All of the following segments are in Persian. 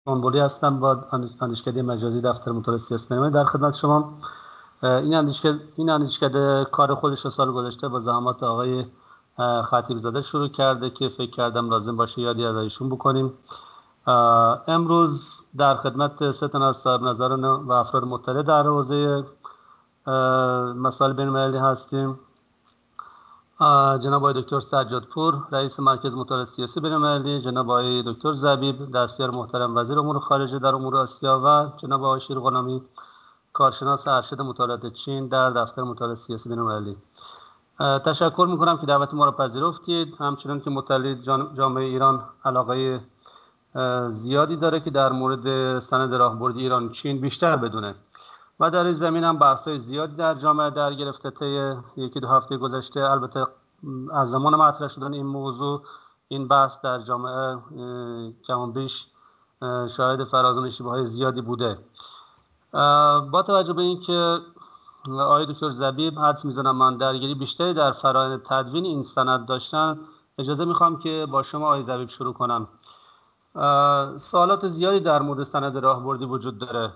منبولی هستم با اندیشکده مجازی دفتر مطالعه سیاسی بین‌المللی در خدمت شما. این اندیشکده کار خودش رو سال گذشته با زحمات آقای خطیب زاده شروع کرده که فکر کردم لازم باشه یادی از ایشون بکنیم. امروز در خدمت سه تن از صاحب نظران و افراد مطلع در حوزه مسائل بین‌المللی هستیم. جناب آقای دکتر سجادپور رئیس مرکز مطالعه سیاسی بین‌المللی، جناب آقای دکتر زبیب دستیار محترم وزیر امور خارجه در امور آسیا و جناب آقای شیر غلامی کارشناس ارشد مطالعات چین در دفتر مطالعه سیاسی بین‌المللی. تشکر میکنم که دعوت ما را پذیرفتید. همچنین که مطلع جامعه ایران علاقه زیادی داره که در مورد سند راهبردی ایران چین بیشتر بدونه و در این زمین هم بحث‌های زیادی در جامعه در گرفته طی یکی دو هفته گذشته. البته از زمان مطرح شدن این موضوع این بحث در جامعه کم و بیش شاهد فراز و نشیب‌های زیادی بوده. با توجه به اینکه آقای دکتر زبیب حدس می‌زنم من درگیری بیشتری در فرآیند تدوین این سند داشتن، اجازه می‌خوام که با شما آقای زبیب شروع کنم. سوالات زیادی در مورد سند راهبردی وجود داره.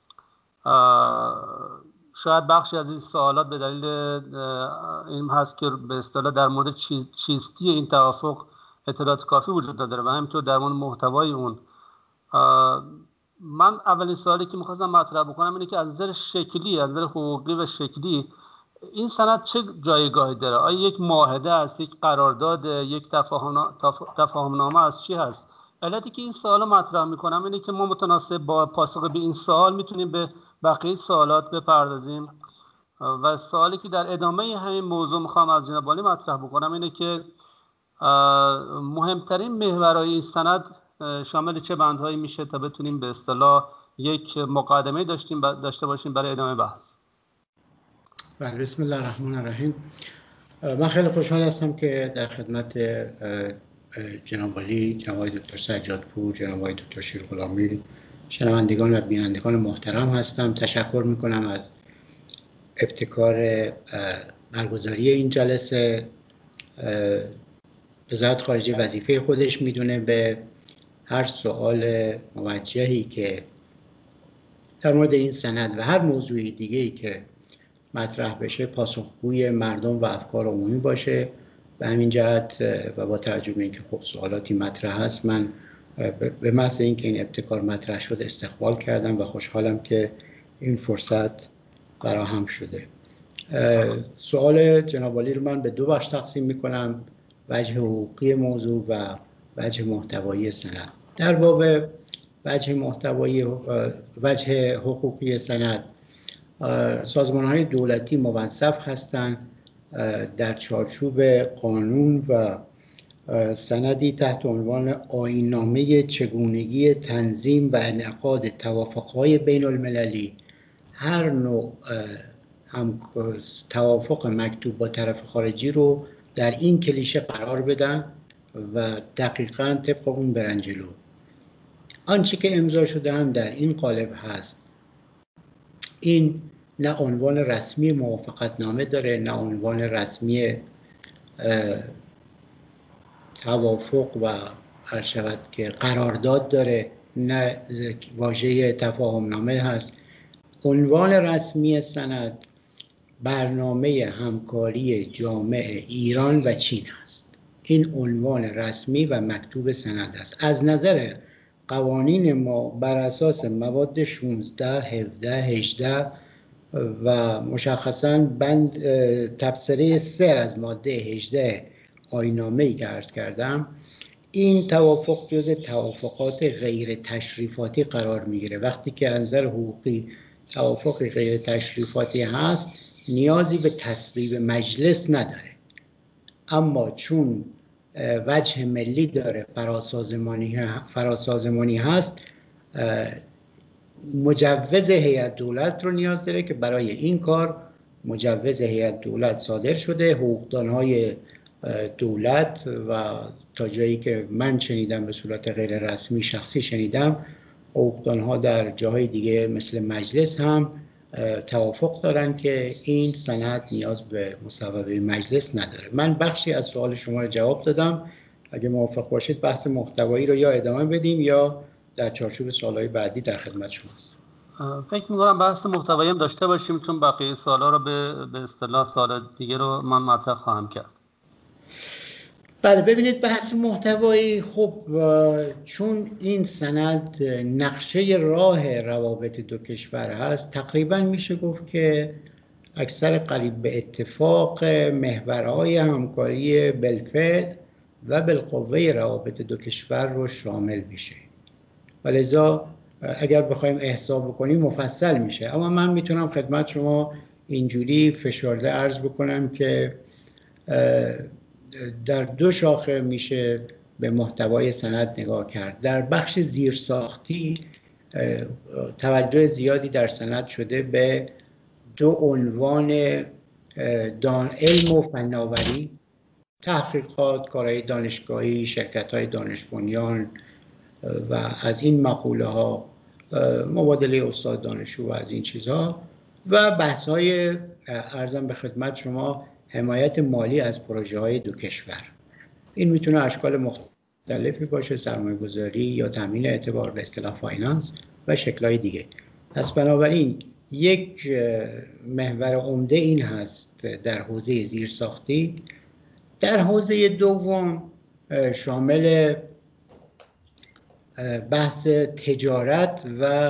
شاید بخشی از این سوالات به دلیل این هست که به اصطلاح در مورد چیستی این توافق اطلاعات کافی وجود نداره و همینطور در مورد محتوای اون. من اولین سوالی که می‌خواستم مطرح بکنم اینه که از نظر شکلی، از نظر حقوقی و شکلی این سند چه جایگاهی داره؟ آیا یک معاهده است، یک قرارداد، یک تفاهم‌نامه است، چی هست؟ علتی که این سوال مطرح می‌کنم اینه که ما متناسب با پاسخ به این سوال میتونیم به بقیه سوالات بپردازیم و سوالی که در ادامه همین موضوع میخوام از جناب عالی مطرح بکنم اینه که مهمترین محورهای این سند شامل چه بندهایی میشه تا بتونیم به اصطلاح یک مقدمه داشته باشیم برای ادامه بحث. بله، بسم الله الرحمن الرحیم. من خیلی خوشحال هستم که در خدمت جناب عالی، جناب آقای دکتر سجادپور، جناب آقای دکتر شیر غلامی، شنوندگان و بینندگان محترم هستم. تشکر میکنم از ابتکار برگزاری این جلسه. وزارت خارجه وظیفه خودش میدونه به هر سوال موجهی که در مورد این سند و هر موضوعی دیگه‌ای که مطرح بشه پاسخگوی مردم و افکار عمومی باشه. به همین جهت و با توجه به اینکه خب سوالاتی مطرح هست، من به محض اینکه این ابتکار مطرح شد استقبال کردم و خوشحالم که این فرصت فراهم شده. سوال جناب عالی رو من به دو بخش تقسیم میکنم: وجه حقوقی موضوع و وجه محتوایی سند. در باب وجه حقوقی سند، سازمان‌های دولتی موظف هستند در چارچوب قانون و سندی تحت عنوان آیین‌نامه چگونگی تنظیم و انعقاد توافق‌های بین‌المللی هر نوع توافق مکتوب با طرف خارجی رو در این کلیشه قرار بدن و دقیقاً طبق اون برن جلو. آنچه که امضا شده هم در این قالب هست. این نه عنوان رسمی موافقتنامه داره، نه عنوان رسمی توافق و هر شود که قرارداد داره، نه واژه تفاهمنامه هست. عنوان رسمی سند برنامه همکاری جامع ایران و چین است. این عنوان رسمی و مکتوب سند است. از نظر قوانین ما بر اساس مواد 16، 17، 18 و مشخصاً بند تبصره 3 از ماده 18 آیین‌نامه‌ای که عرض کردم، این توافق جز توافقات غیر تشریفاتی قرار میگیره. وقتی که از نظر حقوقی توافق غیر تشریفاتی هست نیازی به تصویب مجلس نداره، اما چون وجه ملی داره، فراسازمانی هست، مجوز هیئت دولت رو نیاز داره که برای این کار مجوز هیئت دولت صادر شده. حقوقدان‌های دولت و تا جایی که من شنیدم به صورت غیر رسمی شخصی شنیدم، حقوقدان‌ها در جاهای دیگه مثل مجلس هم توافق دارن که این سند نیاز به مصوبه مجلس نداره. من بخشی از سوال شما رو جواب دادم. اگه موافق باشید بحث محتوایی رو یا ادامه بدیم یا در چارچوب سالهای بعدی در خدمت شما هستم. فکر می‌کنم بحث محتوایی هم داشته باشیم، چون بقیه سوالا رو به اصطلاح سوال دیگه رو من مطرح خواهم کرد. بله، ببینید بحث محتوایی، خب چون این سند نقشه راه روابط دو کشور هست، تقریبا میشه گفت که اکثر قریب به اتفاق محورهای همکاری بالفعل و بالقوه روابط دو کشور رو شامل میشه و لذا اگر بخوایم احسا بکنیم مفصل میشه. اما من میتونم خدمت شما اینجوری فشرده عرض بکنم که در دو شاخه میشه به محتوای سند نگاه کرد. در بخش زیرساختی توجه زیادی در سند شده به دو عنوان علم و فناوری، تحقیقات، کارهای دانشگاهی، شرکت‌های دانش بنیان و از این مقوله ها، مبادله استاد دانشجو و از این چیزها، و بحث‌های عرضم به خدمت شما حمایت مالی از پروژه های دو کشور. این میتونه اشکال مختلفی باشه، سرمایه گذاری یا تامین اعتبار به اصطلاح فایننس و شکل‌های دیگه. پس بنابراین یک محور عمده این هست در حوزه زیرساختی. در حوزه دوم شامل بحث تجارت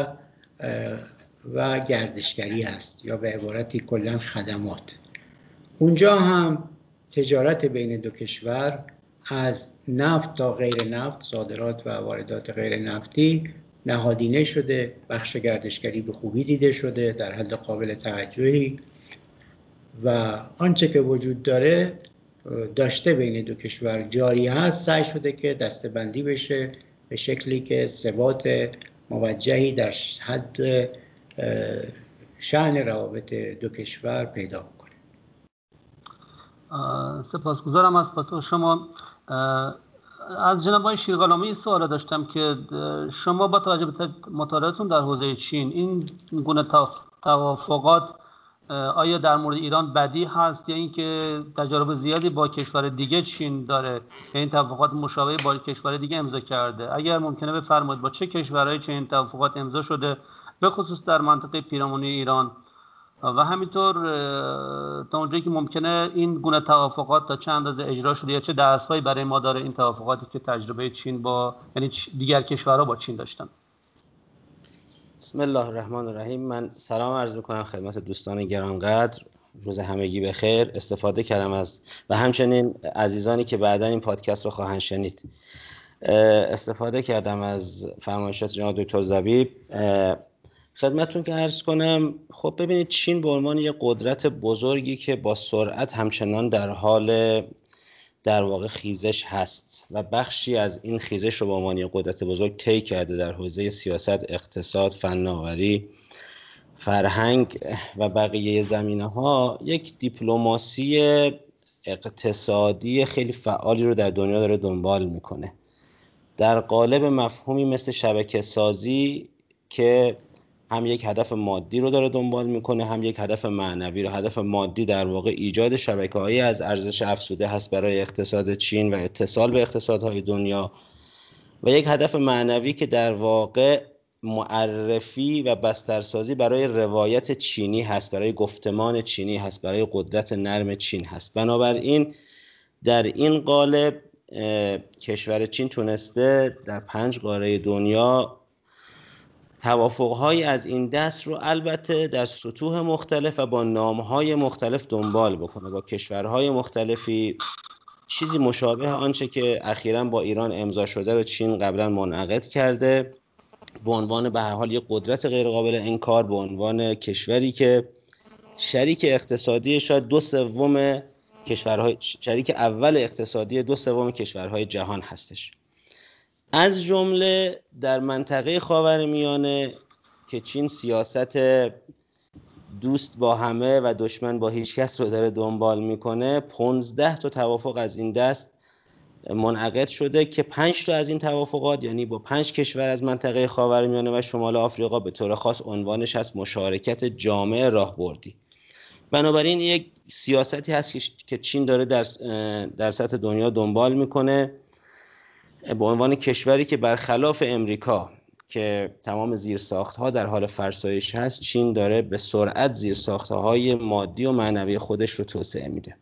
و گردشگری هست، یا به عبارتی کلاً خدمات. اونجا هم تجارت بین دو کشور از نفت تا غیر نفت، صادرات و واردات غیر نفتی نهادینه شده. بخش گردشگری به خوبی دیده شده در حد قابل توجهی و آنچه که وجود داشته بین دو کشور جاری هست، سعی شده که دسته‌بندی بشه به شکلی که ثبات موجهی در حد شأن روابط دو کشور پیدا کنه. سپاسگزارم از پاسخ شما. از جناب آقای شیرغلامی سوال داشتم که شما با توجه به مطالعاتتون در حوزه چین، این گونه توافقات آیا در مورد ایران بدی هست یا اینکه تجارب زیادی با کشور دیگه چین داره یا این توافقات مشابه با کشور دیگه امضا کرده؟ اگر ممکنه بفرمایید با چه کشورهای چنین توافقات امضا شده، به خصوص در منطقه پیرامونی ایران، و همینطور تا اونجایی که ممکنه این گونه توافقات تا چه اندازه اجرا شده یا چه درس‌هایی برای ما داره این توافقاتی که تجربه چین با یعنی دیگر کشورها با چین داشتن؟ بسم الله الرحمن الرحیم. من سلام عرض میکنم خدمت دوستان گرانقدر. روز همگی بخیر. استفاده کردم از و همچنین عزیزانی که بعدا این پادکست رو خواهند شنید، استفاده کردم از فرمایشات جناب دکتر زبیب خدمتتون که عرض کنم. خب ببینید، چین به عنوان یک قدرت بزرگی که با سرعت همچنان در حال در واقع خیزش هست و بخشی از این خیزش رو به عنوان یک قدرت بزرگ طی کرده در حوزه سیاست، اقتصاد، فناوری، فرهنگ و بقیه زمینه‌ها، یک دیپلماسی اقتصادی خیلی فعالی رو در دنیا داره دنبال میکنه در قالب مفهومی مثل شبکه سازی که هم یک هدف مادی رو داره دنبال میکنه، هم یک هدف معنوی رو. هدف مادی در واقع ایجاد شبکه‌هایی از ارزش افزوده هست برای اقتصاد چین و اتصال به اقتصادهای دنیا، و یک هدف معنوی که در واقع معرفی و بسترسازی برای روایت چینی هست، برای گفتمان چینی هست، برای قدرت نرم چین هست. بنابراین در این قالب کشور چین تونسته در 5 قاره دنیا توافق‌های از این دست رو البته در سطوح مختلف و با نام‌های مختلف دنبال بکنه. با کشورهای مختلفی چیزی مشابه آنچه که اخیراً با ایران امضا شده رو چین قبلا منعقد کرده به عنوان به هر حال یک قدرت غیر قابل انکار، به عنوان کشوری که شریک اقتصادی شاید 2/3 کشورهای، شریک اول اقتصادی 2/3 کشورهای جهان هستش. از جمله در منطقه خاورمیانه که چین سیاست دوست با همه و دشمن با هیچ کس رو داره دنبال میکنه، 15 تا توافق از این دست منعقد شده که 5 تا از این توافقات، یعنی با 5 کشور از منطقه خاورمیانه و شمال آفریقا، به طور خاص عنوانش هست مشارکت جامع راهبردی. بنابراین یک سیاستی هست که چین داره در سطح دنیا دنبال میکنه به عنوان کشوری که برخلاف امریکا که تمام زیرساخت‌ها در حال فرسایش هست، چین داره به سرعت زیرساخت‌های مادی و معنوی خودش رو توسعه میده.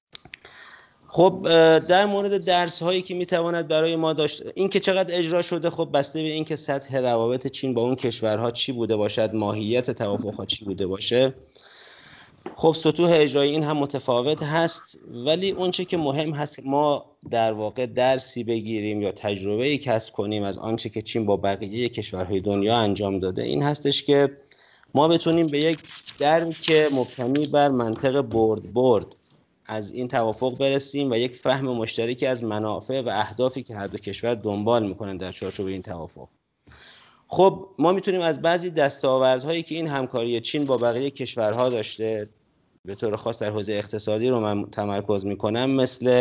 خب در مورد درس هایی که میتواند برای ما داشت، این که چقدر اجرا شده خب بسته به این که سطح روابط چین با اون کشورها چی بوده باشد، ماهیت توافقها چی بوده باشه، خب سطوح اجرایی این هم متفاوت هست. ولی اون چه که مهم هست ما در واقع درسی بگیریم یا تجربه‌ای کسب کنیم از آنچه که چین با بقیه کشورهای دنیا انجام داده، این هستش که ما بتونیم به یک درک مبتنی بر منطق برد از این توافق برسیم و یک فهم مشترکی از منافع و اهدافی که هر دو کشور دنبال میکنن در چارچوب این توافق. خب ما میتونیم از بعضی دستاوردهایی که این همکاری چین با بقیه کشورها داشته، به طور خاص در حوزه اقتصادی رو من تمرکز میکنم،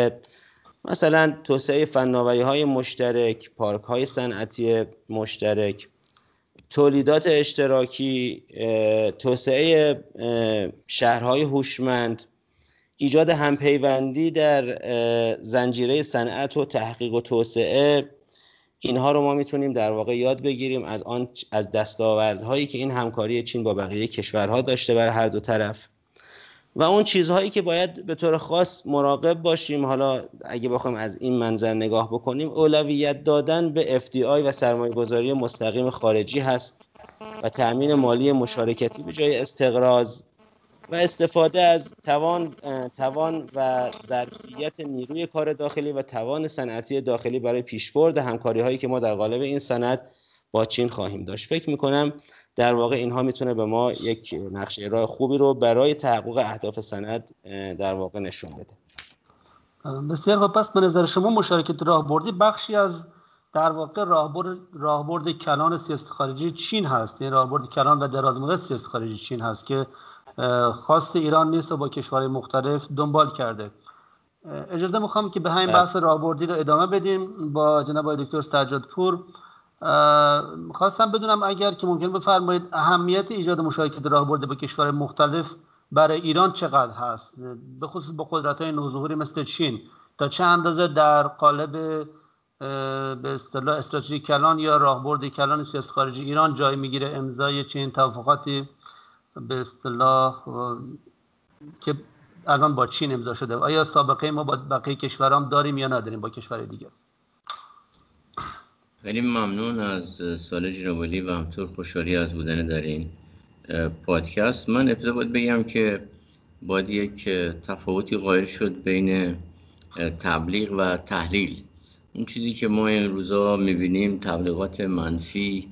مثلا توسعه فناوری‌های مشترک، پارک‌های صنعتی مشترک، تولیدات اشتراکی، توسعه شهرهای هوشمند، ایجاد همپیوندی در زنجیره صنعت و تحقیق و توسعه، اینها رو ما میتونیم در واقع یاد بگیریم از دستاوردهایی که این همکاری چین با بقیه کشورها داشته بر هر دو طرف. و اون چیزهایی که باید به طور خاص مراقب باشیم، حالا اگه بخوایم از این منظر نگاه بکنیم، اولویت دادن به FDI و سرمایه‌گذاری مستقیم خارجی هست و تأمین مالی مشارکتی به جای استقراض و استفاده از توان و ظرفیت نیروی کار داخلی و توان صنعتی داخلی برای پیشبرد همکاری‌هایی که ما در قالب این سند با چین خواهیم داشت. فکر می‌کنم در واقع اینها میتونه به ما یک نقشه راه خوبی رو برای تحقق اهداف سند در واقع نشون بده. بسیار خوب. پس به نظر شما مشارکت راهبردی بخشی از در واقع راهبرد کلان سیاست خارجی چین هست، یعنی راهبرد کلان و درازمدت سیاست خارجی چین هست که خاص ایران نیست و با کشورهای مختلف دنبال کرده. اجازه میخوام که به همین بحث راهبردی رو ادامه بدیم با جناب دکتر سجادپور. خواستم بدونم اگر که ممکن بفرمایید اهمیت ایجاد مشارکت راهبردی با کشورهای مختلف برای ایران چقدر هست، به خصوص با قدرت‌های نوظهوری مثل چین، تا چه اندازه در قالب به اصطلاح استراتژی کلان یا راهبرد کلان سیاست خارجی ایران جای میگیره امضای چنین توافقاتی به اصطلاح که الان با چین امضا شده؟ آیا سابقه ما با بقیه کشورام داریم یا نداریم با کشور دیگه؟ خیلی ممنون از سوال جناب علی و همطور خوشحالی از بودن در این پادکست. من ابتدا باید بگم که باید یک تفاوتی قائل شد بین تبلیغ و تحلیل. اون چیزی که ما این روزا میبینیم تبلیغات منفی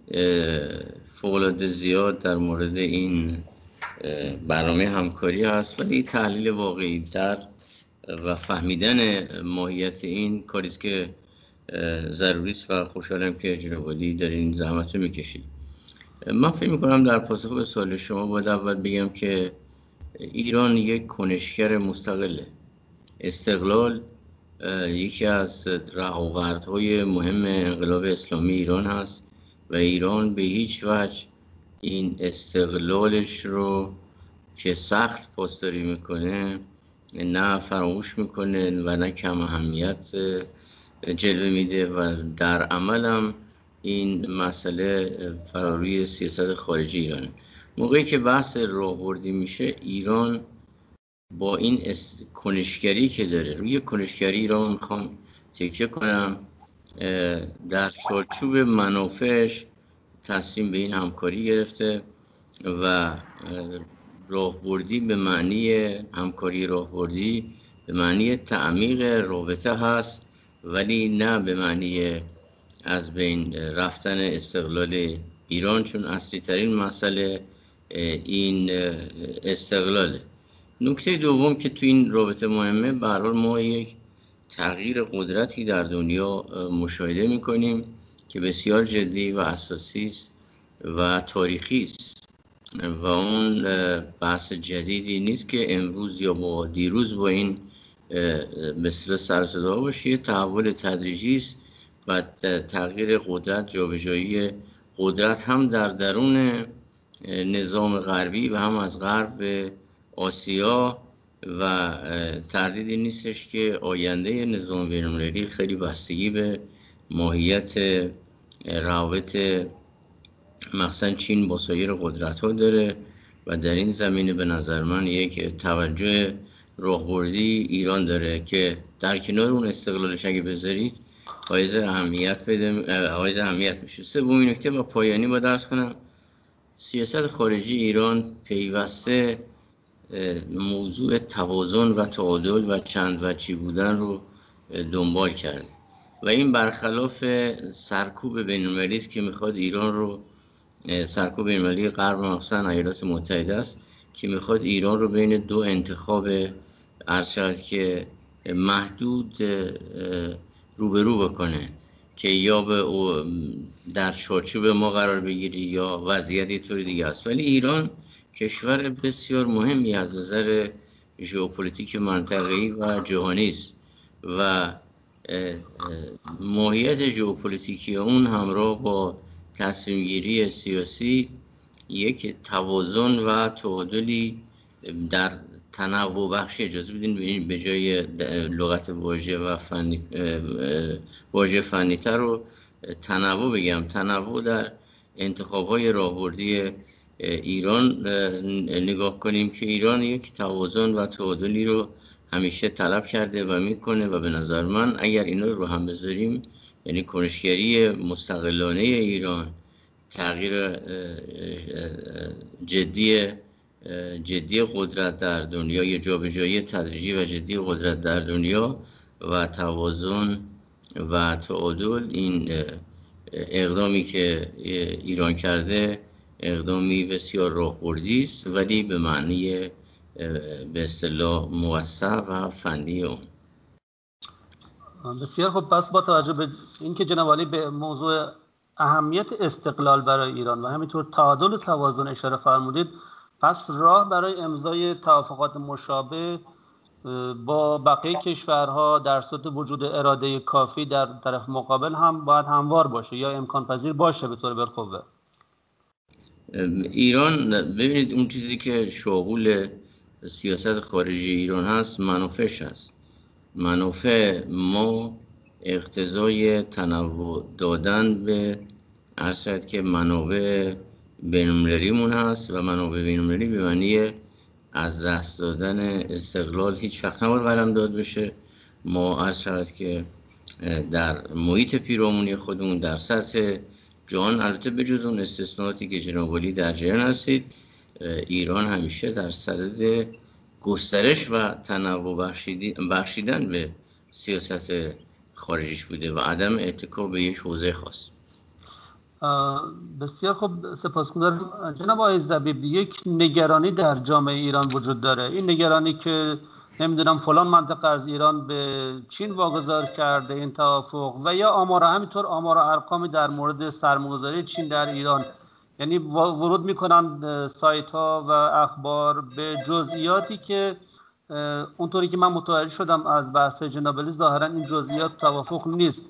فوق‌العاده زیاد در مورد این برنامه همکاری هست، ولی تحلیل واقعی در و فهمیدن ماهیت این کاریست که ضروری است و خوشحالم که جناب علی در این زحمت رو میکشید. من فکر میکنم در پاسخ به سوال شما باید اول بگم که ایران یک کنشگر مستقله. استقلال یکی از رهاوردهای مهم انقلاب اسلامی ایران هست و ایران به هیچ وجه این استقلالش رو که سخت پاسداری میکنه نه فراموش میکنه و نه کم اهمیت جلوه میده و در عمل هم این مسئله فراروی سیاست خارجی ایرانه. موقعی که بحث راهبردی میشه، ایران با این کنشگری که داره، روی کنشگری ایران میخوام تکیه کنم، در چارچوب منافعش تصمیم به این همکاری گرفته و راهبردی به معنی همکاری راهبردی به معنی تعمیق رابطه هست، ولی نه به معنی از بین رفتن استقلال ایران، چون اصلی ترین مسئله این استقلاله. نکته دوم که تو این رابطه مهمه، به هر حال ما یک تغییر قدرتی در دنیا مشاهده میکنیم که بسیار جدی و اساسی است و تاریخی است و اون بحث جدیدی نیست که امروز یا با دیروز با این مثل سر صدا باشه. یه تحول تدریجی است و تغییر قدرت، جابجایی قدرت هم در درون نظام غربی و هم از غرب به آسیا و تردیدی نیستش که آینده نظام بین‌المللی خیلی بستگی به ماهیت روابط مثلا چین با سایر قدرت‌ها داره و در این زمینه به نظر من یک توجه راهبردی ایران داره که در کنار اون استقلالش اگه بذارید حائز اهمیت میشه. سومین نکته و پایانی با درس کنم، سیاست خارجی ایران پیوسته موضوع توازن و تعادل و چند وجهی بودن رو دنبال کرده و این برخلاف سرکوب بین‌المللی است که میخواد ایران رو، سرکوب بین‌المللی غرب مخصوصا ایالات متحده است که میخواد ایران رو بین دو انتخاب عرض شود که محدود روبرو بکنه که یا به در چارچوب ما قرار بگیری یا وضعیت یه طور دیگه است. ولی ایران کشور بسیار مهمی از نظر ژئوپلیتیک منطقه‌ای و جهانی است و ماهیت ژئوپلیتیکی اون همراه با تصمیم گیری سیاسی یک توازن و تعادلی در تنوع بخشی، اجازه بدین به جای لغت واژه و واژه فنی‌تر رو تنوع بگم، تنوع در انتخاب‌های راهبردی ایران نگاه کنیم که ایران یک توازن و تعادلی رو همیشه طلب کرده و میکنه و به نظر من اگر اینا رو هم بذاریم، یعنی کنشگری مستقلانه ایران، تغییر جدی قدرت در دنیا یا جابجایی تدریجی و جدی قدرت در دنیا و توازن و تعادل، این اقدامی که ایران کرده اقدامی بسیار راهبردی است ولی به معنی به اصطلاح موسع و فنی اون. بسیار خب. پس با توجه به اینکه جناب عالی به موضوع اهمیت استقلال برای ایران و همینطور تعادل و توازن اشاره فرمودید، پس راه برای امضای توافقات مشابه با بقیه کشورها در صورت وجود اراده کافی در طرف مقابل هم باید هموار باشه یا امکان پذیر باشه به طور بالقوه. ایران، ببینید اون چیزی که شاغول سیاست خارجی ایران هست منافعش هست. منافع ما اقتضای تنوع دادن به عرض که منابع بین‌المللیمون هست و منابع بین‌المللی به معنی از دست دادن استقلال هیچ وقت نباید قلمداد بشه. ما عرض شود که در محیط پیرامونی خودمون در سطح جهان، البته بجز اون استثناءاتی که جناب عالی در جریان هستید، ایران همیشه در صدد گسترش و تنوع بخشیدن به سیاست خارجیش بوده و عدم اتکا به یک حوزه خاص. بسیار خوب، سپاسگزارم. جناب آقای زبیب، یک نگرانی در جامعه ایران وجود داره، این نگرانی که نمیدونم فلان منطقه از ایران به چین واگذار کرده این توافق و یا همینطور آمار و ارقامی در مورد سرمایه‌گذاری چین در ایران، یعنی ورود میکنن سایت ها و اخبار به جزئیاتی که اونطوری که من متوجه شدم از بحث جناب علی ظاهرا این جزئیات توافق نیست.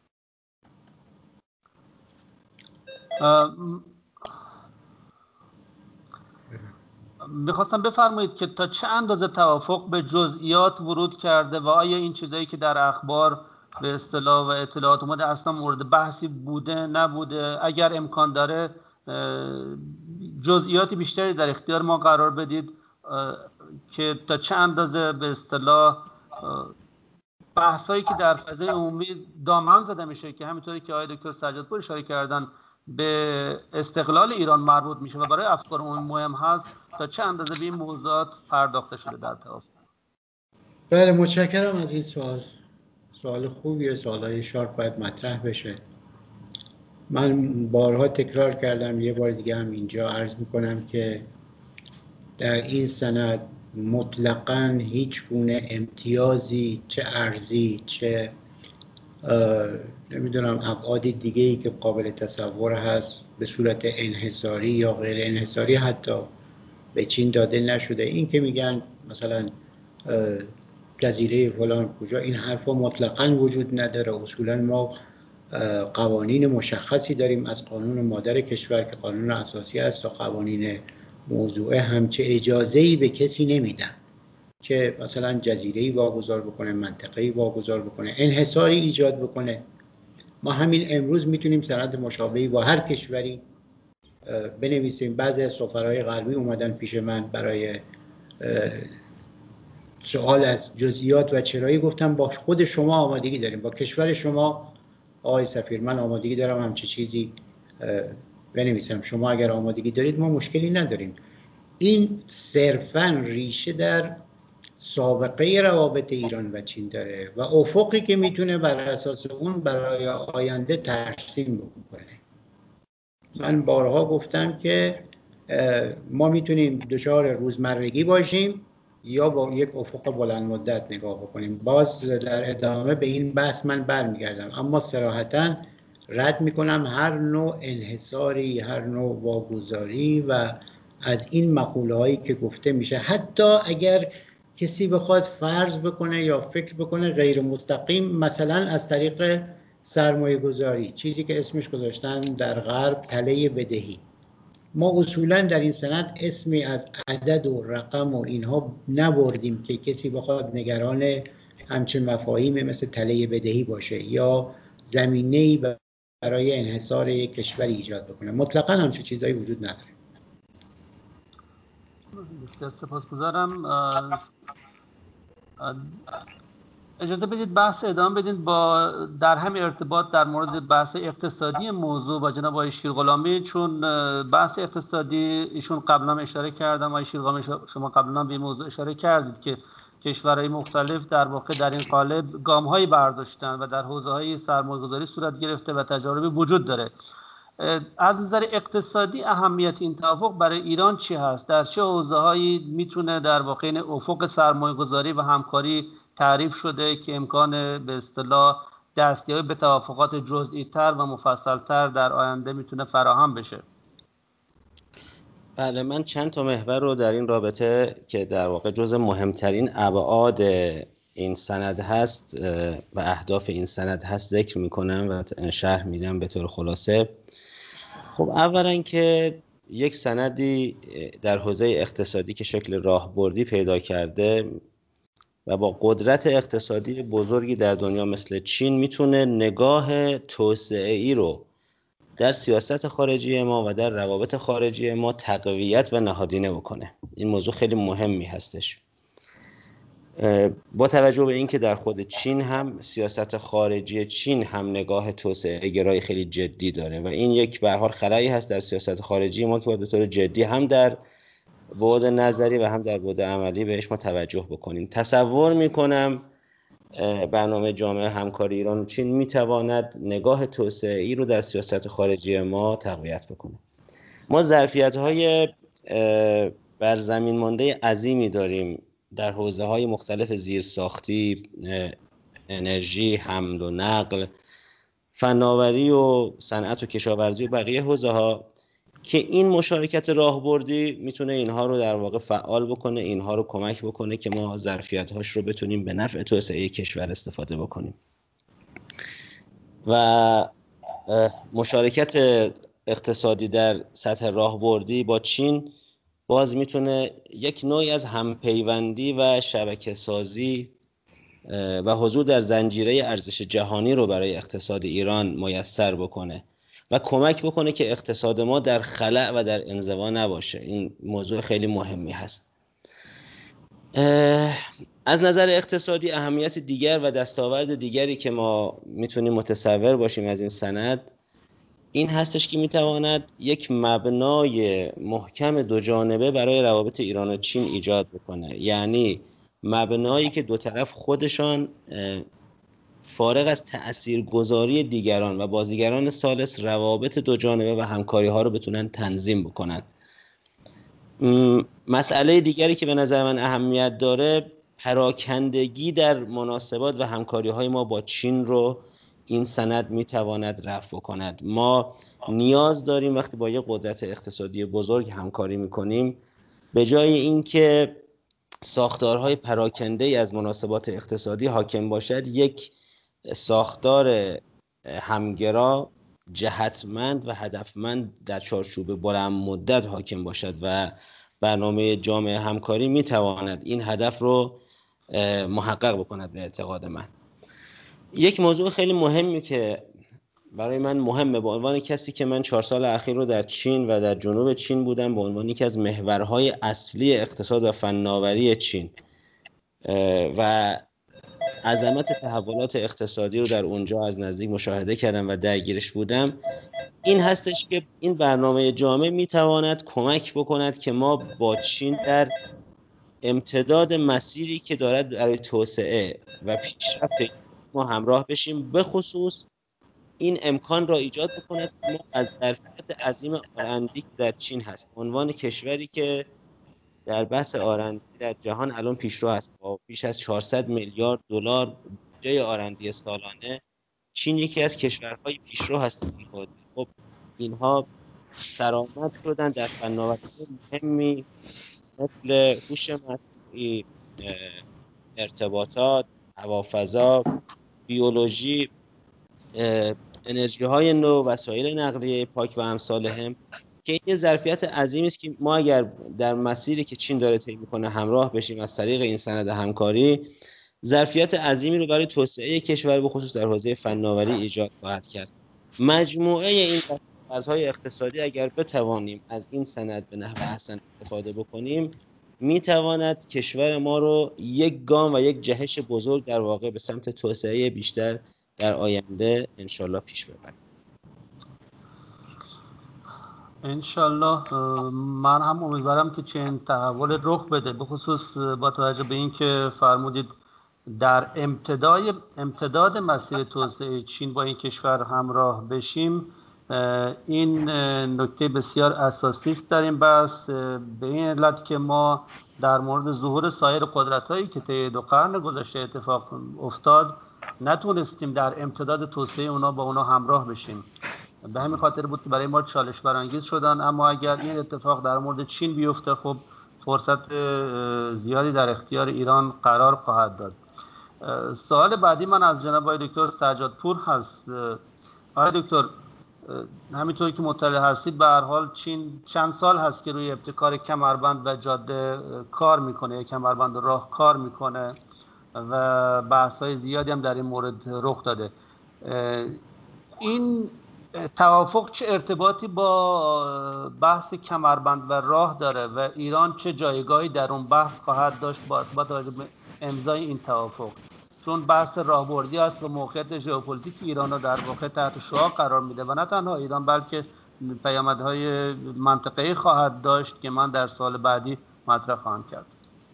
میخواستم بفرمایید که تا چه اندازه توافق به جزئیات ورود کرده و آیا این چیزایی که در اخبار به اصطلاح و اطلاعات اومده اصلا مورد بحثی بوده نبوده؟ اگر امکان داره جزئیات بیشتری در اختیار ما قرار بدید که تا چه اندازه به اصطلاح بحثایی که در فضای عمومی دامن زده میشه که همینطوری که آقای دکتر سجادپور اشاره کردن به استقلال ایران مربوط میشه و برای افکار عمومی مهم هست، تا چه اندازه به این موضوعات پرداخته شده در توافق؟ بله، متشکرم از این سوال خوبیه. سوالای شارپ باید مطرح بشه. من بارها تکرار کردم، یه بار دیگه هم اینجا عرض میکنم که در این سند مطلقاً هیچ گونه امتیازی، چه ارزی چه نمیدونم ابعاد دیگه‌ای که قابل تصور هست به صورت انحصاری یا غیر انحصاری حتی به چین داده نشده. این که میگن مثلا جزیره فلان کجا، این حرفا مطلقاً وجود نداره. اصولاً ما قوانین مشخصی داریم از قانون مادر کشور که قانون اساسی است و قوانین موضوعه همچه اجازه‌ای به کسی نمیدن که مثلا جزیره‌ای واگذار بکنه، منطقه‌ای واگذار بکنه، انحصاری ایجاد بکنه. ما همین امروز میتونیم سند مشابهی با هر کشوری بنویسیم. بعضی از سفرهای غربی اومدن پیش من برای سوال از جزئیات و چرایی، گفتم با خود شما آمادگی داریم، با کشور شما آقای سفیر من آمادگی دارم همچه چیزی بنویسم، شما اگر آمادگی دارید ما مشکلی نداریم. این صرفاً ریشه در سابقه روابط ایران و چین داره و افقی که میتونه بر اساس اون برای آینده ترسیم بکنه. من بارها گفتم که ما میتونیم دچار روزمرگی باشیم یا با یک افق بلند مدت نگاه بکنیم. باز در ادامه به این بحث من برمیگردم، اما صراحتاً رد میکنم هر نوع انحصاری، هر نوع واگذاری و از این مقوله هایی که گفته میشه، حتی اگر کسی بخواد فرض بکنه یا فکر بکنه غیر مستقیم، مثلا از طریق سرمایه گذاری، چیزی که اسمش گذاشتن در غرب تله بدهی. ما اصولا در این سند اسمی از عدد و رقم و اینها نبردیم که کسی بخواد نگران همچین مفاهیم مثل تله بدهی باشه یا زمینه‌ای برای انحصار یک کشوری ایجاد بکنه. مطلقاً همچین چیزایی وجود نداره. بسیار سپاسگزارم. اجازه بدید بحث ادامه بدید با در همین ارتباط در مورد بحث اقتصادی موضوع با جناب آقای شیرغلامی، چون بحث اقتصادی ایشون قبلا اشاره کردم. آقای شیرغلامی شما قبلا به این موضوع اشاره کردید که کشورهای مختلف در واقع در این قالب گام‌هایی برداشتن و در حوزه‌های سرمایه‌گذاری صورت گرفته و تجاربی وجود داره. از نظر اقتصادی اهمیت این توافق برای ایران چی هست؟ در چه حوزه‌هایی میتونه در واقع این افق سرمایه‌گذاری و همکاری تعریف شده که امکان به اصطلاح دستیابی به توافقات جزئی‌تر و مفصل‌تر در آینده میتونه فراهم بشه؟ بله، من چند تا محور رو در این رابطه که در واقع جز مهمترین ابعاد این سند هست و اهداف این سند هست ذکر میکنم و شرح میدم به طور خلاصه. خب اولا که یک سندی در حوزه اقتصادی که شکل راهبردی پیدا کرده و با قدرت اقتصادی بزرگی در دنیا مثل چین میتونه نگاه توسعه‌ای رو در سیاست خارجی ما و در روابط خارجی ما تقویت و نهادینه بکنه. این موضوع خیلی مهمی هستش. با توجه به اینکه در خود چین هم سیاست خارجی چین هم نگاه توسعه گرایی خیلی جدی داره و این یک به هر حال خلایی هست در سیاست خارجی ما که باید به طور جدی هم در بعد نظری و هم در بعد عملی بهش ما توجه بکنیم. تصور میکنم برنامه جامعه همکاری ایران و چین میتواند نگاه توسعه‌ای رو در سیاست خارجی ما تقویت بکنه. ما ظرفیت‌های بر زمین مانده عظیمی داریم در حوزه‌های مختلف زیرساختی، انرژی، حمل و نقل، فناوری و صنعت و کشاورزی و بقیه حوزه‌ها که این مشارکت راهبردی میتونه اینها رو در واقع فعال بکنه، اینها رو کمک بکنه که ما ظرفیت‌هاش رو بتونیم به نفع توسعه کشور استفاده بکنیم. و مشارکت اقتصادی در سطح راهبردی با چین باز میتونه یک نوعی از همپیوندی و شبکه سازی و حضور در زنجیره ارزش جهانی رو برای اقتصاد ایران میسر بکنه و کمک بکنه که اقتصاد ما در خلأ و در انزوا نباشه. این موضوع خیلی مهمی هست. از نظر اقتصادی اهمیت دیگر و دستاورد دیگری که ما میتونیم متصور باشیم از این سند این هستش که میتواند یک مبنای محکم دو جانبه برای روابط ایران و چین ایجاد بکنه. یعنی مبنایی که دو طرف خودشان فارغ از تأثیرگذاری دیگران و بازیگران ثالث روابط دو جانبه و همکاری ها رو بتونن تنظیم بکنن. مسئله دیگری که به نظر من اهمیت داره پراکندگی در مناسبات و همکاری های ما با چین رو این سند میتواند رفع بکند. ما نیاز داریم وقتی با یک قدرت اقتصادی بزرگ همکاری میکنیم به جای اینکه ساختارهای پراکنده از مناسبات اقتصادی حاکم باشد یک ساختار همگرا، جهتمند و هدفمند در چارچوب بلند مدت حاکم باشد و برنامه جامعه همکاری میتواند این هدف رو محقق بکند به اعتقاد من. یک موضوع خیلی مهمی که برای من مهمه به عنوان کسی که من 4 سال اخیر رو در چین و در جنوب چین بودم، به عنوان یکی از محورهای اصلی اقتصاد و فناوری چین و عظمت تحولات اقتصادی رو در اونجا از نزدیک مشاهده کردم و درگیرش بودم، این هستش که این برنامه جامع میتواند کمک بکند که ما با چین در امتداد مسیری که دارد برای توسعه و پیشرفت ما همراه بشیم، به خصوص این امکان را ایجاد بکند که ما از ظرفیت عظیم آرندی که در چین هست، عنوان کشوری که در بحث آرندی در جهان الان پیشرو است با بیش از 400 میلیارد دلار بودجه آرندی سالانه، چین یکی از کشورهای پیشرو هست. خب اینها سرآمد شدن در فناوری‌های مهمی مثل هوش مصنوعی، ارتباطات، هوافضا، بیولوژی، انرژی های نو، وسایل نقلیه پاک و امثالهم، که این ظرفیت عظیمی است که ما اگر در مسیری که چین داره طی میکنه همراه بشیم از طریق این سند همکاری، ظرفیت عظیمی رو برای توسعه کشور به خصوص در حوزه فناوری ایجاد خواهد کرد. مجموعه این دستاوردهای اقتصادی اگر بتوانیم از این سند به نحو احسن استفاده بکنیم، میتواند کشور ما رو یک گام و یک جهش بزرگ در واقع به سمت توسعه بیشتر در آینده انشالله پیش ببریم. انشالله. من هم امیدوارم که چنین تحول رخ بده، به خصوص با توجه به اینکه فرمودید در امتداد مسیر توسعه چین با این کشور همراه بشیم. این نکته بسیار اساسی است در این بحث، به این علت که ما در مورد ظهور سایر قدرت‌هایی که طی 2 قرن گذشته اتفاق افتاد نتونستیم در امتداد توسعه اونا با اونا همراه بشیم. به همین خاطر بود که برای ما چالش برانگیز شدن. اما اگر این اتفاق در مورد چین بیفته، خب فرصت زیادی در اختیار ایران قرار خواهد داد. سوال بعدی من از جناب آقای دکتر سجادپور هست. آقای دکتر، همینطوری که مطلع هستید به هر حال چین چند سال هست که روی ابتکار کمربند و جاده کار میکنه، کمربند و راه کار میکنه و بحث‌های زیادی هم در این مورد رخ داده. این توافق چه ارتباطی با بحث کمربند و راه داره و ایران چه جایگاهی در اون بحث خواهد داشت با توجه به امضای این توافق؟ چون بحث راهبردی است و موقعیت ژئوپلیتیک ایران رو در واقع تحت شعاع قرار میده و نه تنها ایران بلکه پیامدهای منطقه‌ای خواهد داشت که من در سال بعدی مطرح خواهم کرد.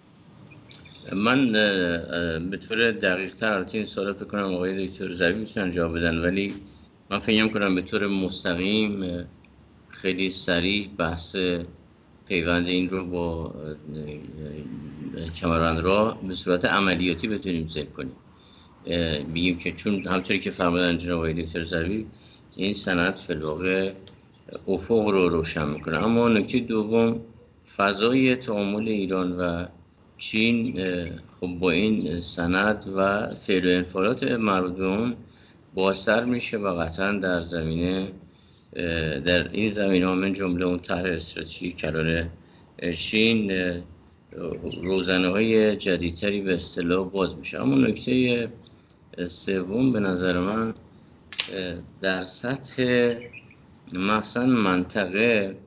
من به طور دقیق تر این سوال فکر کنم آقای دکتر ضریب میتونن جواب بدن، ولی من فکر کنم به طور مستقیم خیلی سریع بحث پیوند این رو با کمربند راه به صورت عملیاتی بتونیم ذکر کنیم. بگیم که چون همطوری که فرمودن جناب آقای دکتر ضریب این سند فی الواقع افق رو روشن میکنه. اما نکته دوم، فضای تعامل ایران و چین خب با این سند و فعل و انفعالات مربوط به اون بازتر میشه و قطعا در این زمینه من جمله اون طرح استراتژیک کلان چین روزنه های جدیدتری به اصطلاح باز میشه. اما نکته سوم به نظر من در سطح مثلا منطقه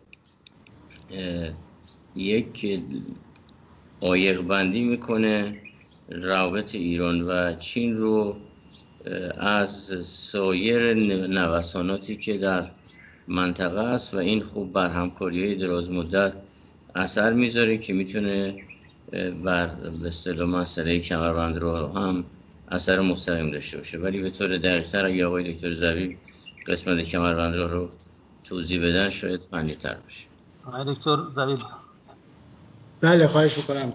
یک عایق بندی میکنه روابط ایران و چین رو از سایر نوساناتی که در منطقه است و این خوب بر همکاری‌های دراز مدت اثر میذاره که میتونه بر به اصطلاح مسئله کمربند رو هم اثر مستقیم داشته باشه. ولی به طور دقیق‌تر اگه آقای دکتر ضریب قسمت کمربند رو توضیح بدن شاید معنی‌تر باشه. آقای دکتر ضریب. بله، خواهش می‌کنم.